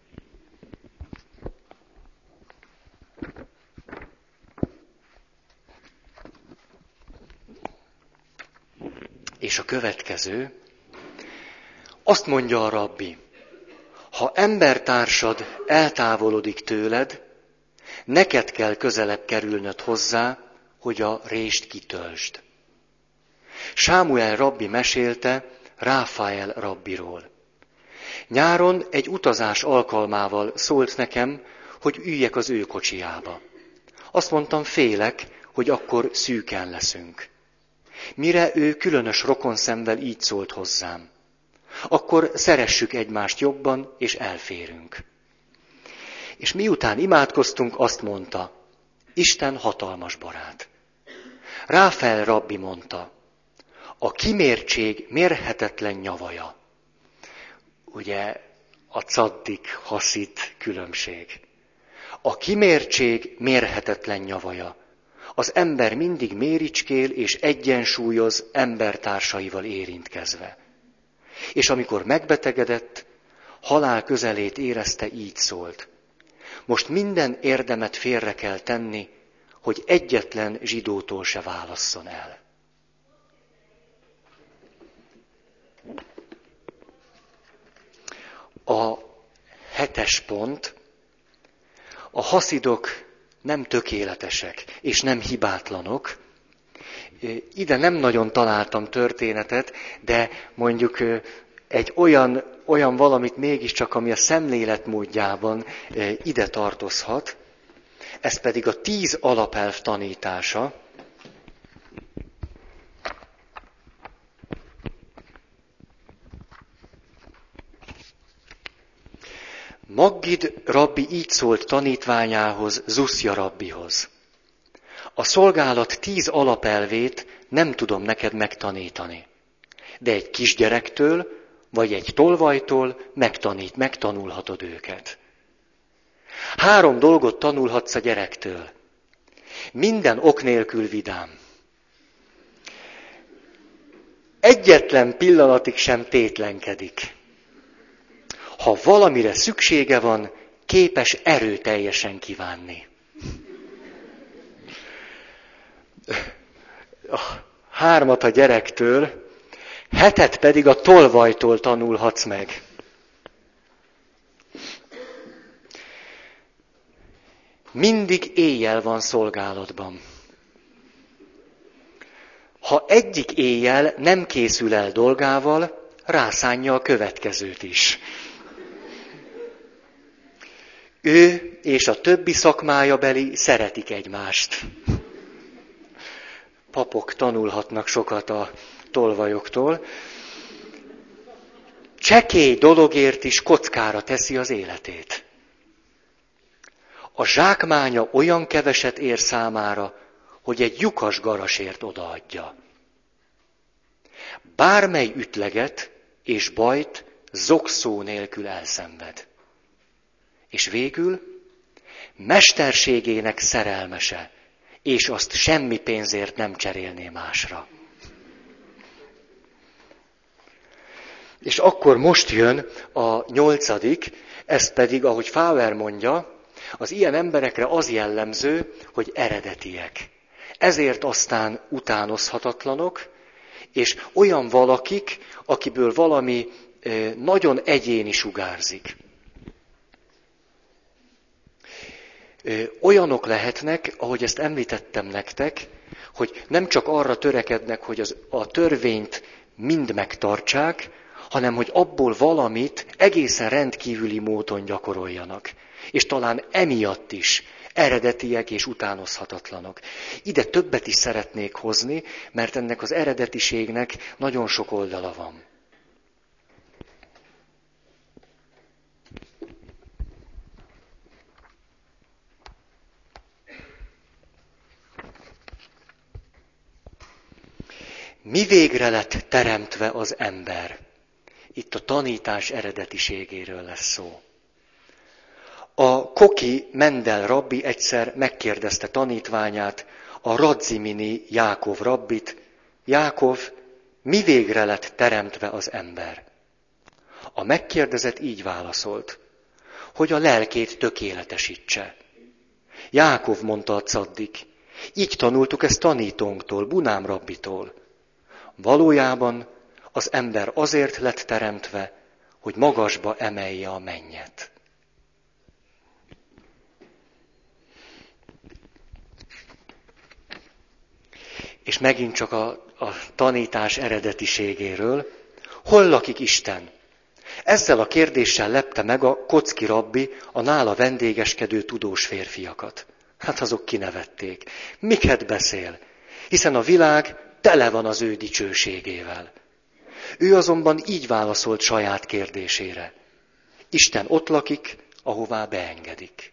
És a következő, azt mondja a rabbi, ha embertársad eltávolodik tőled, neked kell közelebb kerülnöd hozzá, hogy a rést kitöltsd. Sámuel rabbi mesélte Ráfael rabbiról. Nyáron egy utazás alkalmával szólt nekem, hogy üljek az ő kocsijába. Azt mondtam, félek, hogy akkor szűken leszünk. Mire ő különös rokonszemvel így szólt hozzám. Akkor szeressük egymást jobban, és elférünk. És miután imádkoztunk, azt mondta, Isten hatalmas barát. Ráfael rabbi mondta, a kimértség mérhetetlen nyavaja. Ugye a caddik, haszit különbség. A kimértség mérhetetlen nyavaja. Az ember mindig méricskél és egyensúlyoz embertársaival érintkezve. És amikor megbetegedett, halál közelét érezte, így szólt. Most minden érdemet félre kell tenni, hogy egyetlen zsidótól se válasszon el. A hetes pont, a haszidok nem tökéletesek, és nem hibátlanok. Ide nem nagyon találtam történetet, de mondjuk egy olyan, olyan valamit mégiscsak, ami a szemléletmódjában ide tartozhat, ez pedig a tíz alapelv tanítása. Maggid rabbi így szólt tanítványához, Zuszja rabbihoz. A szolgálat tíz alapelvét nem tudom neked megtanítani, de egy kisgyerektől, vagy egy tolvajtól megtanít, megtanulhatod őket. Három dolgot tanulhatsz a gyerektől. Minden ok nélkül vidám. Egyetlen pillanatig sem tétlenkedik. Ha valamire szüksége van, képes erőteljesen kívánni. Hármat a gyerektől, hetet pedig a tolvajtól tanulhatsz meg. Mindig éjjel van szolgálatban. Ha egyik éjjel nem készül el dolgával, rászánja a következőt is. Ő és a többi szakmája beli szeretik egymást. Papok tanulhatnak sokat a tolvajoktól. Csekély dologért is kockára teszi az életét. A zsákmánya olyan keveset ér számára, hogy egy lyukas garasért odaadja. Bármely ütleget és bajt zokszó nélkül elszenved. És végül mesterségének szerelmese, és azt semmi pénzért nem cserélné másra. És akkor most jön a nyolcadik, ez pedig, ahogy Fauer mondja, az ilyen emberekre az jellemző, hogy eredetiek. Ezért aztán utánozhatatlanok, és olyan valakik, akiből valami nagyon egyéni sugárzik. Olyanok lehetnek, ahogy ezt említettem nektek, hogy nem csak arra törekednek, hogy az, a törvényt mind megtartsák, hanem hogy abból valamit egészen rendkívüli módon gyakoroljanak. És talán emiatt is eredetiek és utánozhatatlanok. Ide többet is szeretnék hozni, mert ennek az eredetiségnek nagyon sok oldala van. Mi végre lett teremtve az ember? Itt a tanítás eredetiségéről lesz szó. A Koki Mendel rabbi egyszer megkérdezte tanítványát, a Radzimini Jákov rabbit, Jákov, mi végre lett teremtve az ember? A megkérdezett így válaszolt, hogy a lelkét tökéletesítse. Jákov, mondta a caddik, így tanultuk ezt tanítónktól, Bunám rabbitól. Valójában az ember azért lett teremtve, hogy magasba emelje a mennyet. És megint csak a, a tanítás eredetiségéről. Hol lakik Isten? Ezzel a kérdéssel lepte meg a Kocki rabbi a nála vendégeskedő tudós férfiakat. Hát azok kinevették. Miket beszél? Hiszen a világ tele van az ő dicsőségével. Ő azonban így válaszolt saját kérdésére. Isten ott lakik, ahová beengedik.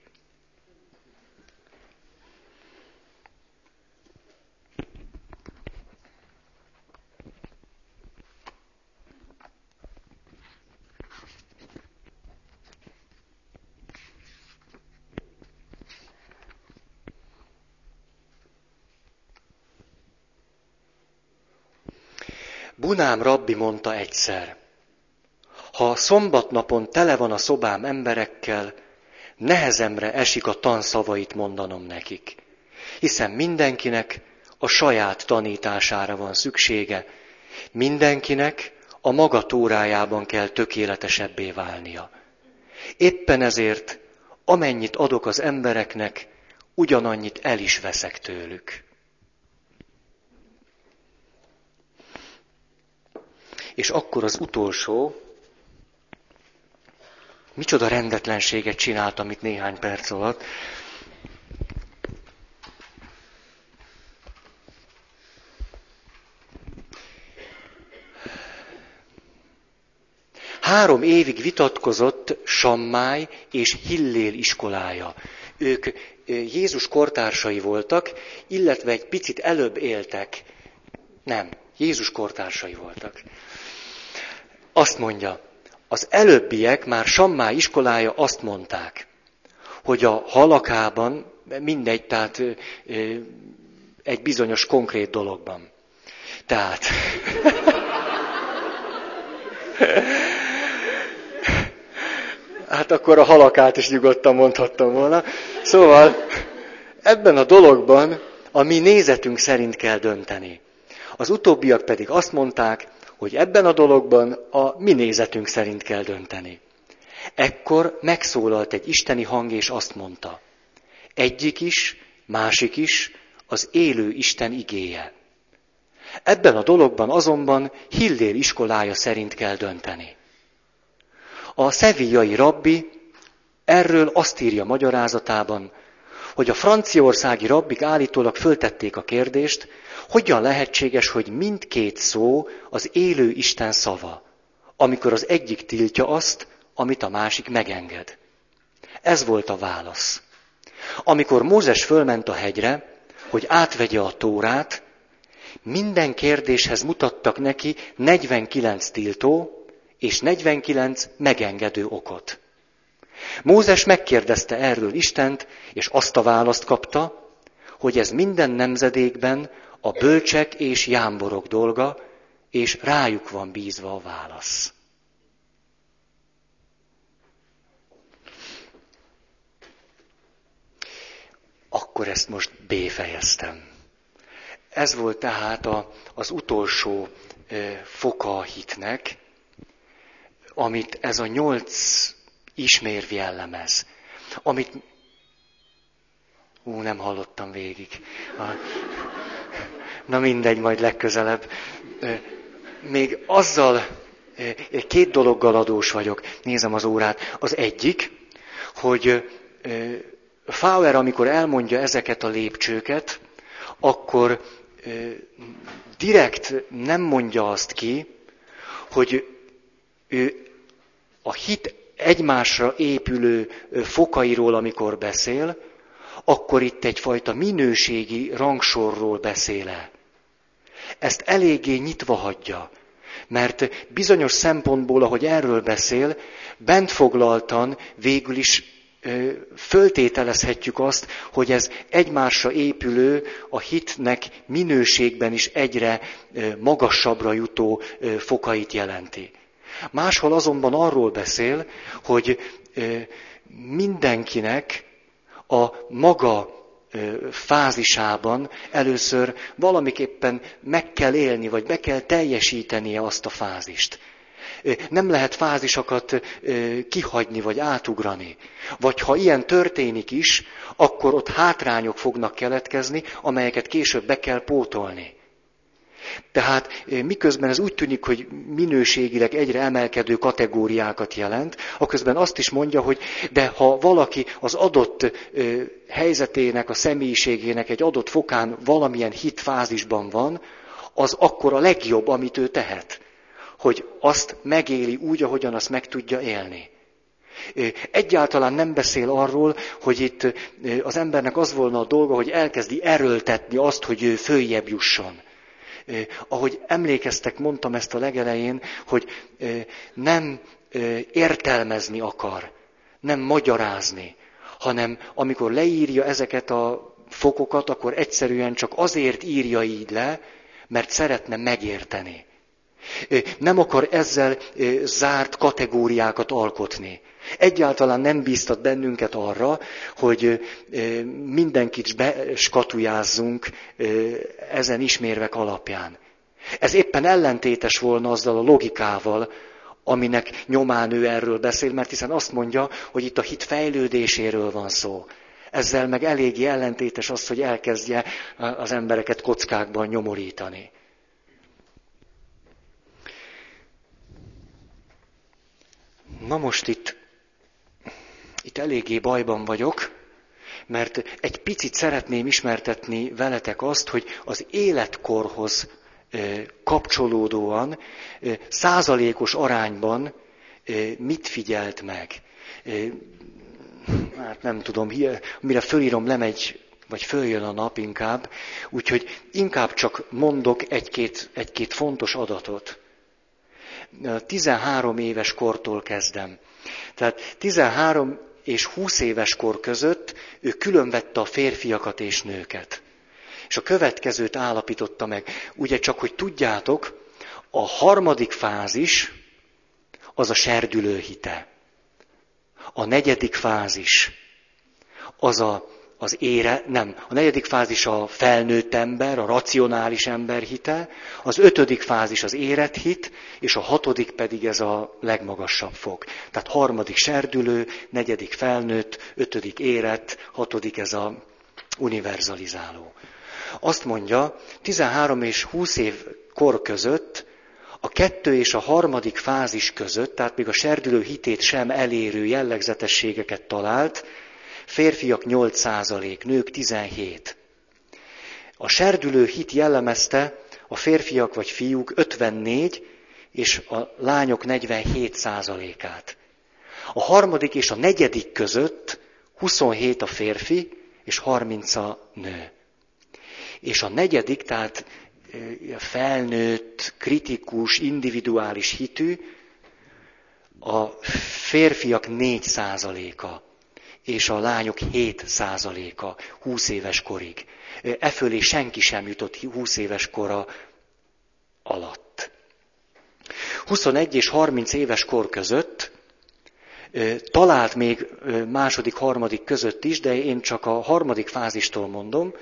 Bunám rabbi mondta egyszer, ha szombatnapon tele van a szobám emberekkel, nehezemre esik a tanszavait mondanom nekik, hiszen mindenkinek a saját tanítására van szüksége, mindenkinek a maga tórájában kell tökéletesebbé válnia. Éppen ezért, amennyit adok az embereknek, ugyanannyit el is veszek tőlük. És akkor az utolsó, micsoda rendetlenséget csináltam itt néhány perc alatt. Három évig vitatkozott Sammály és Hillél iskolája. Ők Jézus kortársai voltak, illetve egy picit előbb éltek. Nem, Jézus kortársai voltak. Azt mondja, az előbbiek, már Sammály iskolája azt mondták, hogy a halakában, mindegy, tehát egy bizonyos konkrét dologban. Tehát... Hát akkor a halakát is nyugodtan mondhattam volna. Szóval ebben a dologban a mi nézetünk szerint kell dönteni. Az utóbbiak pedig azt mondták, hogy ebben a dologban a mi nézetünk szerint kell dönteni. Ekkor megszólalt egy isteni hang, és azt mondta, egyik is, másik is az élő Isten igéje. Ebben a dologban azonban Hillél iskolája szerint kell dönteni. A szevillai rabbi erről azt írja magyarázatában, hogy a franciaországi rabbik állítólag föltették a kérdést, hogyan lehetséges, hogy mindkét szó az élő Isten szava, amikor az egyik tiltja azt, amit a másik megenged. Ez volt a válasz. Amikor Mózes fölment a hegyre, hogy átvegye a Tórát, minden kérdéshez mutattak neki negyvenkilenc tiltó és negyvenkilenc megengedő okot. Mózes megkérdezte erről Istent, és azt a választ kapta, hogy ez minden nemzedékben a bölcsek és jámborok dolga, és rájuk van bízva a válasz. Akkor ezt most B fejeztem. ez volt tehát a, az utolsó foka a hitnek, amit ez a nyolc ismérv jellemez. Amit... Ú, nem hallottam végig. Na mindegy, majd legközelebb. Még azzal, két dologgal adós vagyok. Nézem az órát. Az egyik, hogy Fauer, amikor elmondja ezeket a lépcsőket, akkor direkt nem mondja azt ki, hogy ő a hit egymásra épülő fokairól, amikor beszél, akkor itt egyfajta minőségi rangsorról beszél el. Ezt eléggé nyitva hagyja, mert bizonyos szempontból, ahogy erről beszél, bent foglaltan végül is föltételezhetjük azt, hogy ez egymásra épülő, a hitnek minőségben is egyre magasabbra jutó fokait jelenti. Máshol azonban arról beszél, hogy mindenkinek a maga fázisában először valamiképpen meg kell élni, vagy be kell teljesítenie azt a fázist. Nem lehet fázisokat kihagyni, vagy átugrani. Vagy ha ilyen történik is, akkor ott hátrányok fognak keletkezni, amelyeket később be kell pótolni. Tehát miközben ez úgy tűnik, hogy minőségileg egyre emelkedő kategóriákat jelent, aközben azt is mondja, hogy de ha valaki az adott helyzetének, a személyiségének egy adott fokán valamilyen hitfázisban van, az akkor a legjobb, amit ő tehet. Hogy azt megéli úgy, ahogyan azt meg tudja élni. Egyáltalán nem beszél arról, hogy itt az embernek az volna a dolga, hogy elkezdi erőltetni azt, hogy ő följebb jusson. Ahogy emlékeztek, mondtam ezt a legelején, hogy nem értelmezni akar, nem magyarázni, hanem amikor leírja ezeket a fokokat, akkor egyszerűen csak azért írja így le, mert szeretne megérteni. Nem akar ezzel zárt kategóriákat alkotni. Egyáltalán nem bíztat bennünket arra, hogy mindenkit beskatujázzunk ezen ismérvek alapján. Ez éppen ellentétes volna azzal a logikával, aminek nyomán ő erről beszél, mert hiszen azt mondja, hogy itt a hit fejlődéséről van szó. Ezzel meg eléggé ellentétes az, hogy elkezdje az embereket kockákban nyomorítani. Na most itt, itt eléggé bajban vagyok, mert egy picit szeretném ismertetni veletek azt, hogy az életkorhoz kapcsolódóan százalékos arányban mit figyelt meg. Hát nem tudom, mire fölírom, lemegy, vagy följön a nap inkább, úgyhogy inkább csak mondok egy-két, egy-két fontos adatot. tizenhárom éves kortól kezdem. Tehát tizenhárom és húsz éves kor között ő különvette a férfiakat és nőket. És a következőt állapította meg. Ugye csak, hogy tudjátok, a harmadik fázis az a serdülő hite. A negyedik fázis az a, az ére, nem, a negyedik fázis a felnőtt ember, a racionális ember hite, az ötödik fázis az érett hit, és a hatodik pedig ez a legmagasabb fok. Tehát harmadik serdülő, negyedik felnőtt, ötödik érett, hatodik ez a univerzalizáló. Azt mondja, tizenhárom és húsz év kor között, a kettő és a harmadik fázis között, tehát még a serdülő hitét sem elérő jellegzetességeket talált, férfiak nyolc százalék, nők tizenhét. A serdülő hit jellemezte a férfiak vagy fiúk ötvennégy és a lányok negyvenhét százalékát. A harmadik és a negyedik között huszonhét a férfi és harminc a nő. És a negyedik, tehát felnőtt, kritikus, individuális hitű, a férfiak négy százaléka, és a lányok hét százaléka húsz éves korig. E fölé senki sem jutott húsz éves kora alatt. huszonegy és harminc éves kor között talált még második, harmadik között is, de én csak a harmadik fázistól mondom,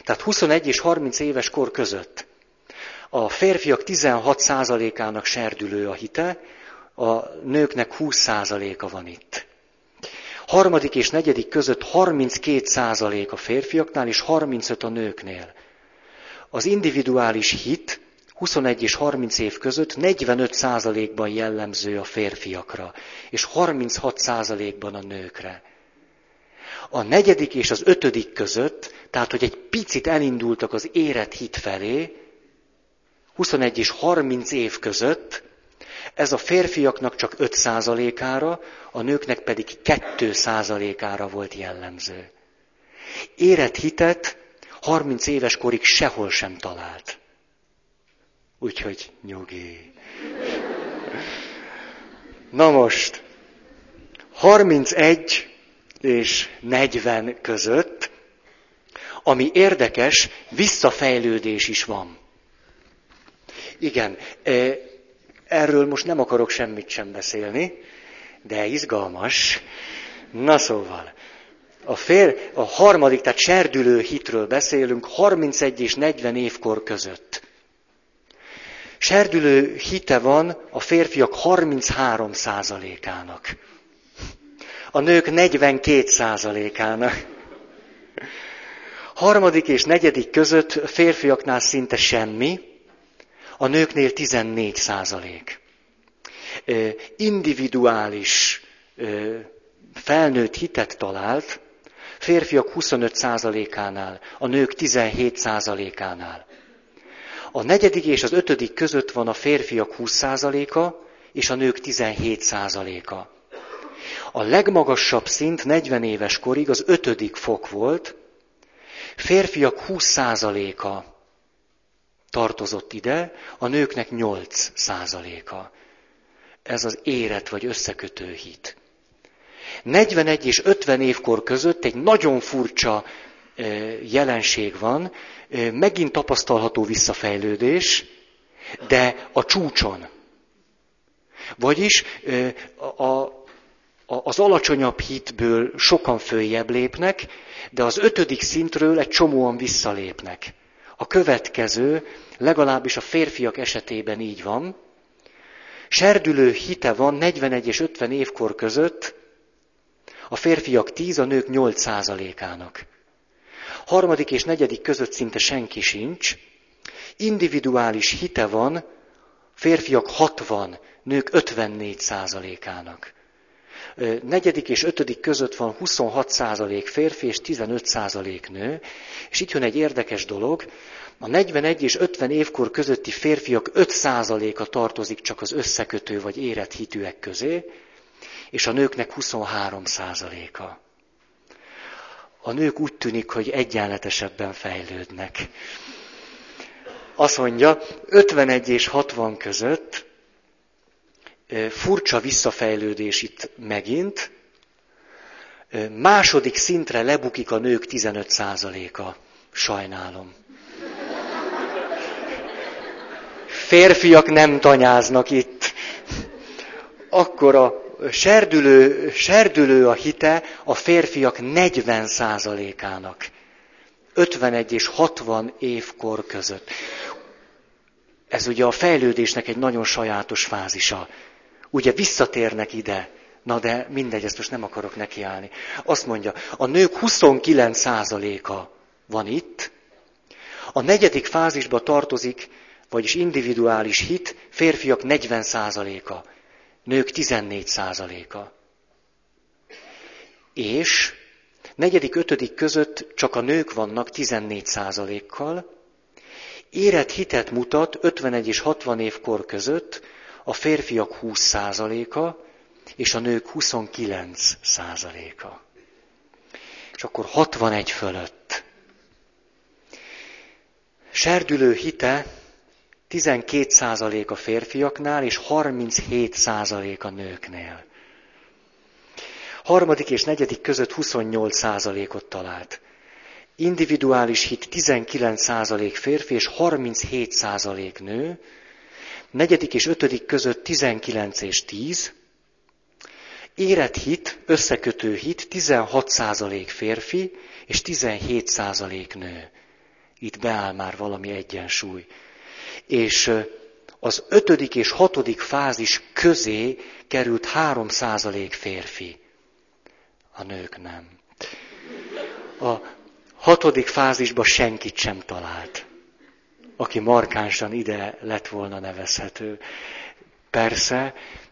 Tehát huszonegy és harminc éves kor között a férfiak tizenhat százalékának serdülő a hite, a nőknek húsz százaléka van itt. Harmadik és negyedik között harminckét százalék a férfiaknál és harmincöt a nőknél. Az individuális hit huszonegy és harminc év között negyvenöt százalékban jellemző a férfiakra, és harminchat százalékban a nőkre. A negyedik és az ötödik között, tehát hogy egy picit elindultak az érett hit felé, huszonegy és harminc év között, ez a férfiaknak csak öt százalékára, a nőknek pedig két százalékára volt jellemző. Érett hitet harminc éves korig sehol sem talált. Úgyhogy nyugi. Na most, harmincegy és negyven között, ami érdekes, visszafejlődés is van. Igen, erről most nem akarok semmit sem beszélni, de izgalmas. Na szóval, a, fér, a harmadik, tehát serdülő hitről beszélünk harmincegy és negyven évkor között. Serdülő hite van a férfiak harminchárom százalékának. A nők negyvenkét százalékának. Harmadik és negyedik között férfiaknál szinte semmi, a nőknél tizennégy százalék. Individuális felnőtt hitet talált, férfiak huszonöt százalékánál, a nők tizenhét százalékánál. A negyedik és az ötödik között van a férfiak húsz százaléka, és a nők tizenhét százaléka. A legmagasabb szint negyven éves korig az ötödik fok volt, férfiak húsz százaléka tartozott ide, a nőknek nyolc százaléka. Ez az érett vagy összekötő hit. negyvenegy és ötven évkor között egy nagyon furcsa jelenség van, megint tapasztalható visszafejlődés, de a csúcson. Vagyis a, a, az alacsonyabb hitből sokan följebb lépnek, de az ötödik szintről egy csomóan visszalépnek. A következő, legalábbis a férfiak esetében így van, serdülő hite van negyvenegy és ötven évkor között, a férfiak tíz, a nők nyolc százalékának. Harmadik és negyedik között szinte senki sincs, individuális hite van, férfiak hatvan, nők ötvennégy százalékának. Negyedik és ötödik között van huszonhat százalék férfi és tizenöt százalék nő, és itt jön egy érdekes dolog, a negyvenegy és ötven évkor közötti férfiak öt százaléka tartozik csak az összekötő vagy érett hitűek közé, és a nőknek huszonhárom százaléka. A nők úgy tűnik, hogy egyenletesebben fejlődnek. Azt mondja, ötvenegy és hatvan között furcsa visszafejlődés itt megint, második szintre lebukik a nők tizenöt százaléka. Sajnálom. Férfiak nem tanyáznak itt. Akkor a serdülő, serdülő a hite a férfiak negyven százalékának. ötvenegy és hatvan évkor között. Ez ugye a fejlődésnek egy nagyon sajátos fázisa. Ugye visszatérnek ide. Na de mindegy, ezt most nem akarok nekiállni. Azt mondja, a nők huszonkilenc százaléka van itt. A negyedik fázisba tartozik, vagyis individuális hit, férfiak negyven százaléka, nők tizennégy százaléka. És negyedik, ötödik között csak a nők vannak tizennégy százalékkal. Érett hitet mutat ötvenegy és hatvan évkor között a férfiak húsz százaléka, és a nők huszonkilenc százaléka. És akkor hatvanegy fölött. Serdülő hite tizenkét százalék a férfiaknál, és harminchét százalék a nőknél. Harmadik és negyedik között huszonnyolc százalékot talált. Individuális hit tizenkilenc százalék férfi, és harminchét százalék nő. Negyedik és ötödik között tizenkilenc és tíz. Érett hit, összekötő hit, tizenhat százalék férfi, és tizenhét százalék nő. Itt beáll már valami egyensúly. És az ötödik és hatodik fázis közé került három százalék férfi. A nők nem. A hatodik fázisban senkit sem talált, aki markánsan ide lett volna nevezhető. Persze,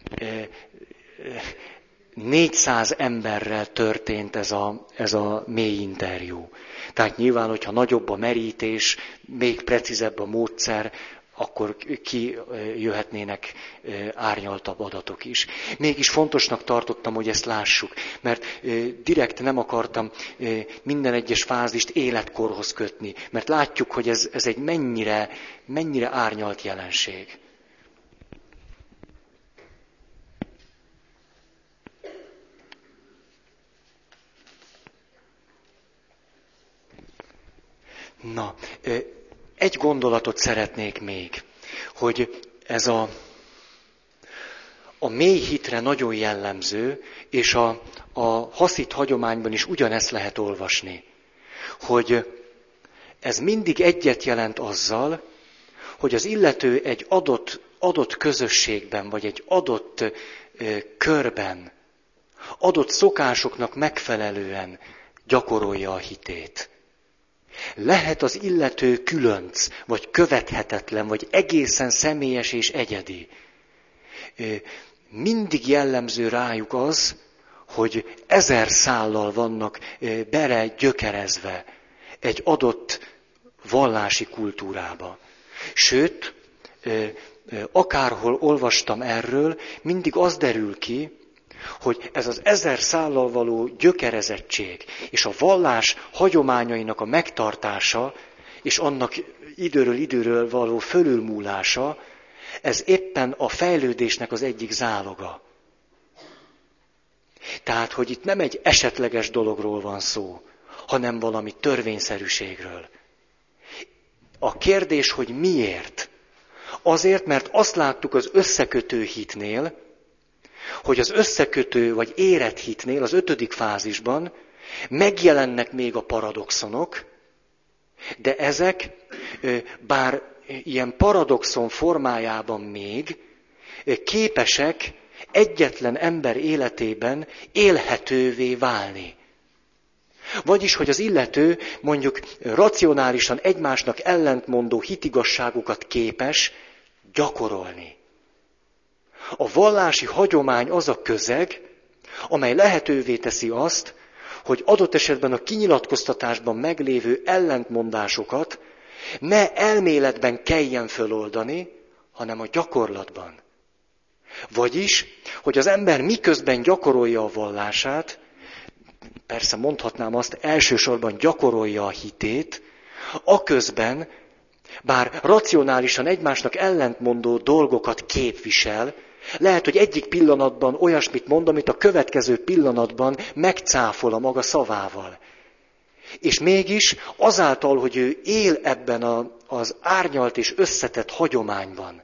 négyszáz emberrel történt ez a, ez a mély interjú. Tehát nyilván, hogyha nagyobb a merítés, még precízebb a módszer, akkor kijöhetnének árnyaltabb adatok is. Mégis fontosnak tartottam, hogy ezt lássuk, mert direkt nem akartam minden egyes fázist életkorhoz kötni, mert látjuk, hogy ez, ez egy mennyire, mennyire árnyalt jelenség. Na, egy gondolatot szeretnék még, hogy ez a, a mély hitre nagyon jellemző, és a, a haszid hagyományban is ugyanezt lehet olvasni, hogy ez mindig egyet jelent azzal, hogy az illető egy adott, adott közösségben, vagy egy adott ö, körben, adott szokásoknak megfelelően gyakorolja a hitét. Lehet az illető különc, vagy követhetetlen, vagy egészen személyes és egyedi. Mindig jellemző rájuk az, hogy ezer szállal vannak bele gyökerezve egy adott vallási kultúrába. Sőt, akárhol olvastam erről, mindig az derül ki, hogy ez az ezer szállal való gyökerezettség és a vallás hagyományainak a megtartása és annak időről időről való fölülmúlása, ez éppen a fejlődésnek az egyik záloga. Tehát, hogy itt nem egy esetleges dologról van szó, hanem valami törvényszerűségről. A kérdés, hogy miért? Azért, mert azt láttuk az összekötő hitnél, hogy az összekötő vagy érett hitnél, az ötödik fázisban megjelennek még a paradoxonok, de ezek, bár ilyen paradoxon formájában még, képesek egyetlen ember életében élhetővé válni. Vagyis, hogy az illető mondjuk racionálisan egymásnak ellentmondó hitigasságokat képes gyakorolni. A vallási hagyomány az a közeg, amely lehetővé teszi azt, hogy adott esetben a kinyilatkoztatásban meglévő ellentmondásokat ne elméletben kelljen föloldani, hanem a gyakorlatban. Vagyis, hogy az ember miközben gyakorolja a vallását, persze mondhatnám azt, elsősorban gyakorolja a hitét, aközben, bár racionálisan egymásnak ellentmondó dolgokat képvisel, lehet, hogy egyik pillanatban olyasmit mond, amit a következő pillanatban megcáfol a maga szavával. És mégis azáltal, hogy ő él ebben a, az árnyalt és összetett hagyományban,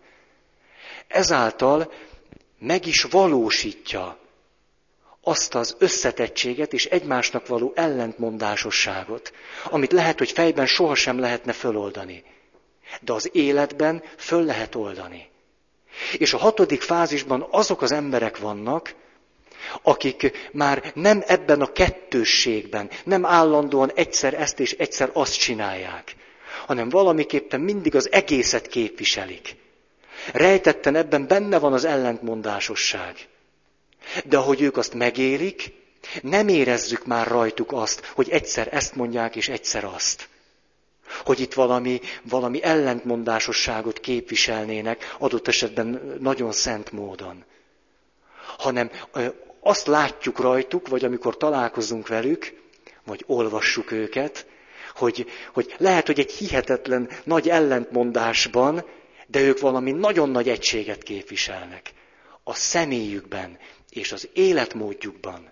ezáltal meg is valósítja azt az összetettséget és egymásnak való ellentmondásosságot, amit lehet, hogy fejben sohasem lehetne föloldani. De az életben föl lehet oldani. És a hatodik fázisban azok az emberek vannak, akik már nem ebben a kettősségben, nem állandóan egyszer ezt és egyszer azt csinálják, hanem valamiképpen mindig az egészet képviselik. Rejtetten ebben benne van az ellentmondásosság. De ahogy ők azt megélik, nem érezzük már rajtuk azt, hogy egyszer ezt mondják és egyszer azt. Hogy itt valami, valami ellentmondásosságot képviselnének, adott esetben nagyon szent módon. Hanem azt látjuk rajtuk, vagy amikor találkozunk velük, vagy olvassuk őket, hogy, hogy lehet, hogy egy hihetetlen nagy ellentmondásban, de ők valami nagyon nagy egységet képviselnek. A személyükben és az életmódjukban.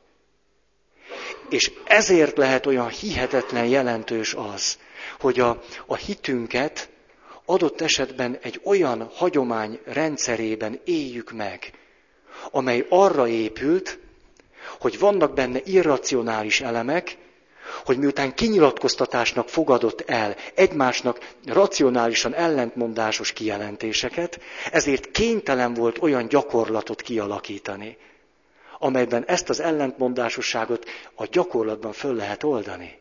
És ezért lehet olyan hihetetlen jelentős az, hogy a, a hitünket adott esetben egy olyan hagyomány rendszerében éljük meg, amely arra épült, hogy vannak benne irracionális elemek, hogy miután kinyilatkoztatásnak fogadott el egymásnak racionálisan ellentmondásos kijelentéseket, ezért kénytelen volt olyan gyakorlatot kialakítani, amelyben ezt az ellentmondásosságot a gyakorlatban föl lehet oldani.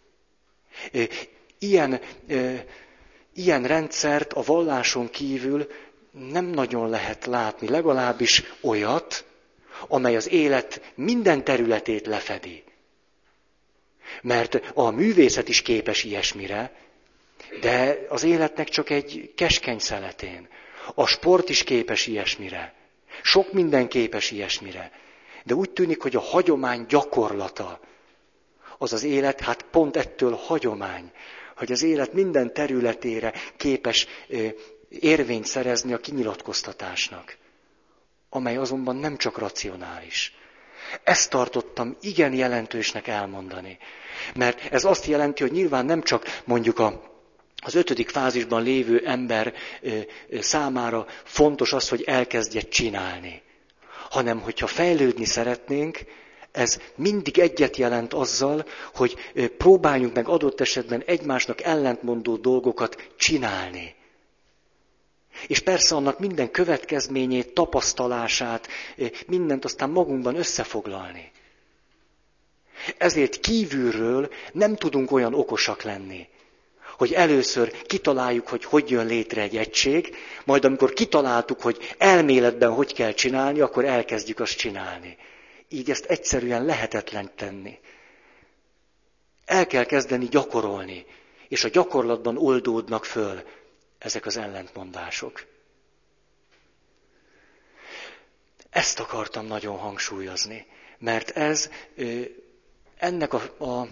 Ilyen, ilyen rendszert a valláson kívül nem nagyon lehet látni, legalábbis olyat, amely az élet minden területét lefedi. Mert a művészet is képes ilyesmire, de az életnek csak egy keskeny szeletén. A sport is képes ilyesmire. Sok minden képes ilyesmire. De úgy tűnik, hogy a hagyomány gyakorlata, az az élet, hát pont ettől hagyomány, hogy az élet minden területére képes érvényt szerezni a kinyilatkoztatásnak, amely azonban nem csak racionális. Ezt tartottam igen jelentősnek elmondani. Mert ez azt jelenti, hogy nyilván nem csak mondjuk a, az ötödik fázisban lévő ember számára fontos az, hogy elkezdje csinálni, hanem hogyha fejlődni szeretnénk, ez mindig egyet jelent azzal, hogy próbáljunk meg adott esetben egymásnak ellentmondó dolgokat csinálni. És persze annak minden következményét, tapasztalását, mindent aztán magunkban összefoglalni. Ezért kívülről nem tudunk olyan okosak lenni, hogy először kitaláljuk, hogy hogy jön létre egy egység, majd amikor kitaláltuk, hogy elméletben hogy kell csinálni, akkor elkezdjük azt csinálni. Így ezt egyszerűen lehetetlen tenni. El kell kezdeni gyakorolni, és a gyakorlatban oldódnak föl ezek az ellentmondások. Ezt akartam nagyon hangsúlyozni, mert ez ennek a, a,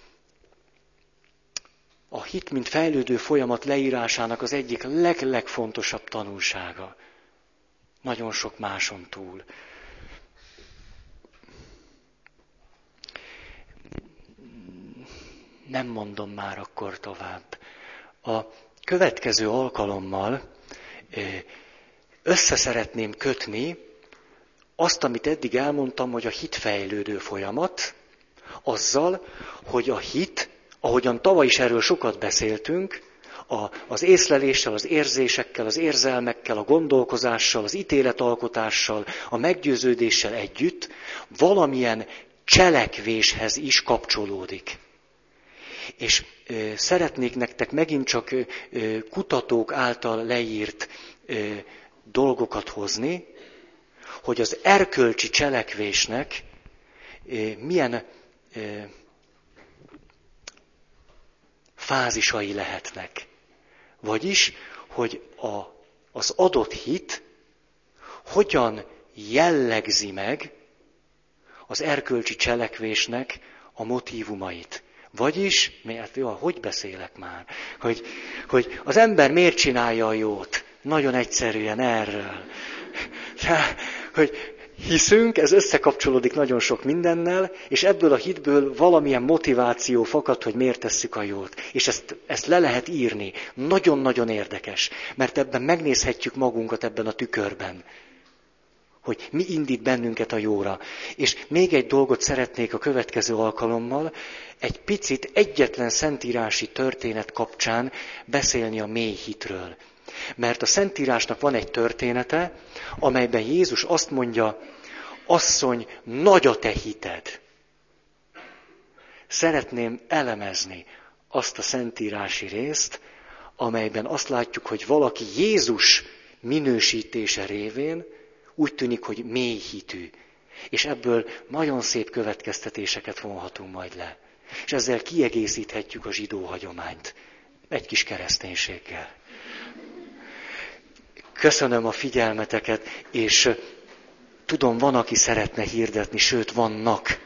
a hit, mint fejlődő folyamat leírásának az egyik leg-legfontosabb tanulsága. Nagyon sok máson túl. Nem mondom már akkor tovább. A következő alkalommal össze szeretném kötni azt, amit eddig elmondtam, hogy a hit fejlődő folyamat, azzal, hogy a hit, ahogyan tavaly is erről sokat beszéltünk, a, az észleléssel, az érzésekkel, az érzelmekkel, a gondolkozással, az ítéletalkotással, a meggyőződéssel együtt valamilyen cselekvéshez is kapcsolódik. És ö, szeretnék nektek megint csak ö, kutatók által leírt ö, dolgokat hozni, hogy az erkölcsi cselekvésnek ö, milyen ö, fázisai lehetnek. Vagyis, hogy a, az adott hit hogyan jellegzi meg az erkölcsi cselekvésnek a motívumait. Vagyis, mert jó, hogy beszélek már, hogy, hogy az ember miért csinálja a jót? Nagyon egyszerűen erről. De, hogy hiszünk, ez összekapcsolódik nagyon sok mindennel, és ebből a hitből valamilyen motiváció fakad, hogy miért tesszük a jót. És ezt, ezt le lehet írni. Nagyon-nagyon érdekes, mert ebben megnézhetjük magunkat ebben a tükörben, hogy mi indít bennünket a jóra. És még egy dolgot szeretnék a következő alkalommal, egy picit egyetlen szentírási történet kapcsán beszélni a mély hitről. Mert a Szentírásnak van egy története, amelyben Jézus azt mondja, asszony, nagy a te hited. Szeretném elemezni azt a szentírási részt, amelyben azt látjuk, hogy valaki Jézus minősítése révén úgy tűnik, hogy mély hitű. És ebből nagyon szép következtetéseket vonhatunk majd le. És ezzel kiegészíthetjük a zsidó hagyományt. Egy kis kereszténységgel. Köszönöm a figyelmeteket, és tudom, van, aki szeretne hirdetni, sőt, vannak.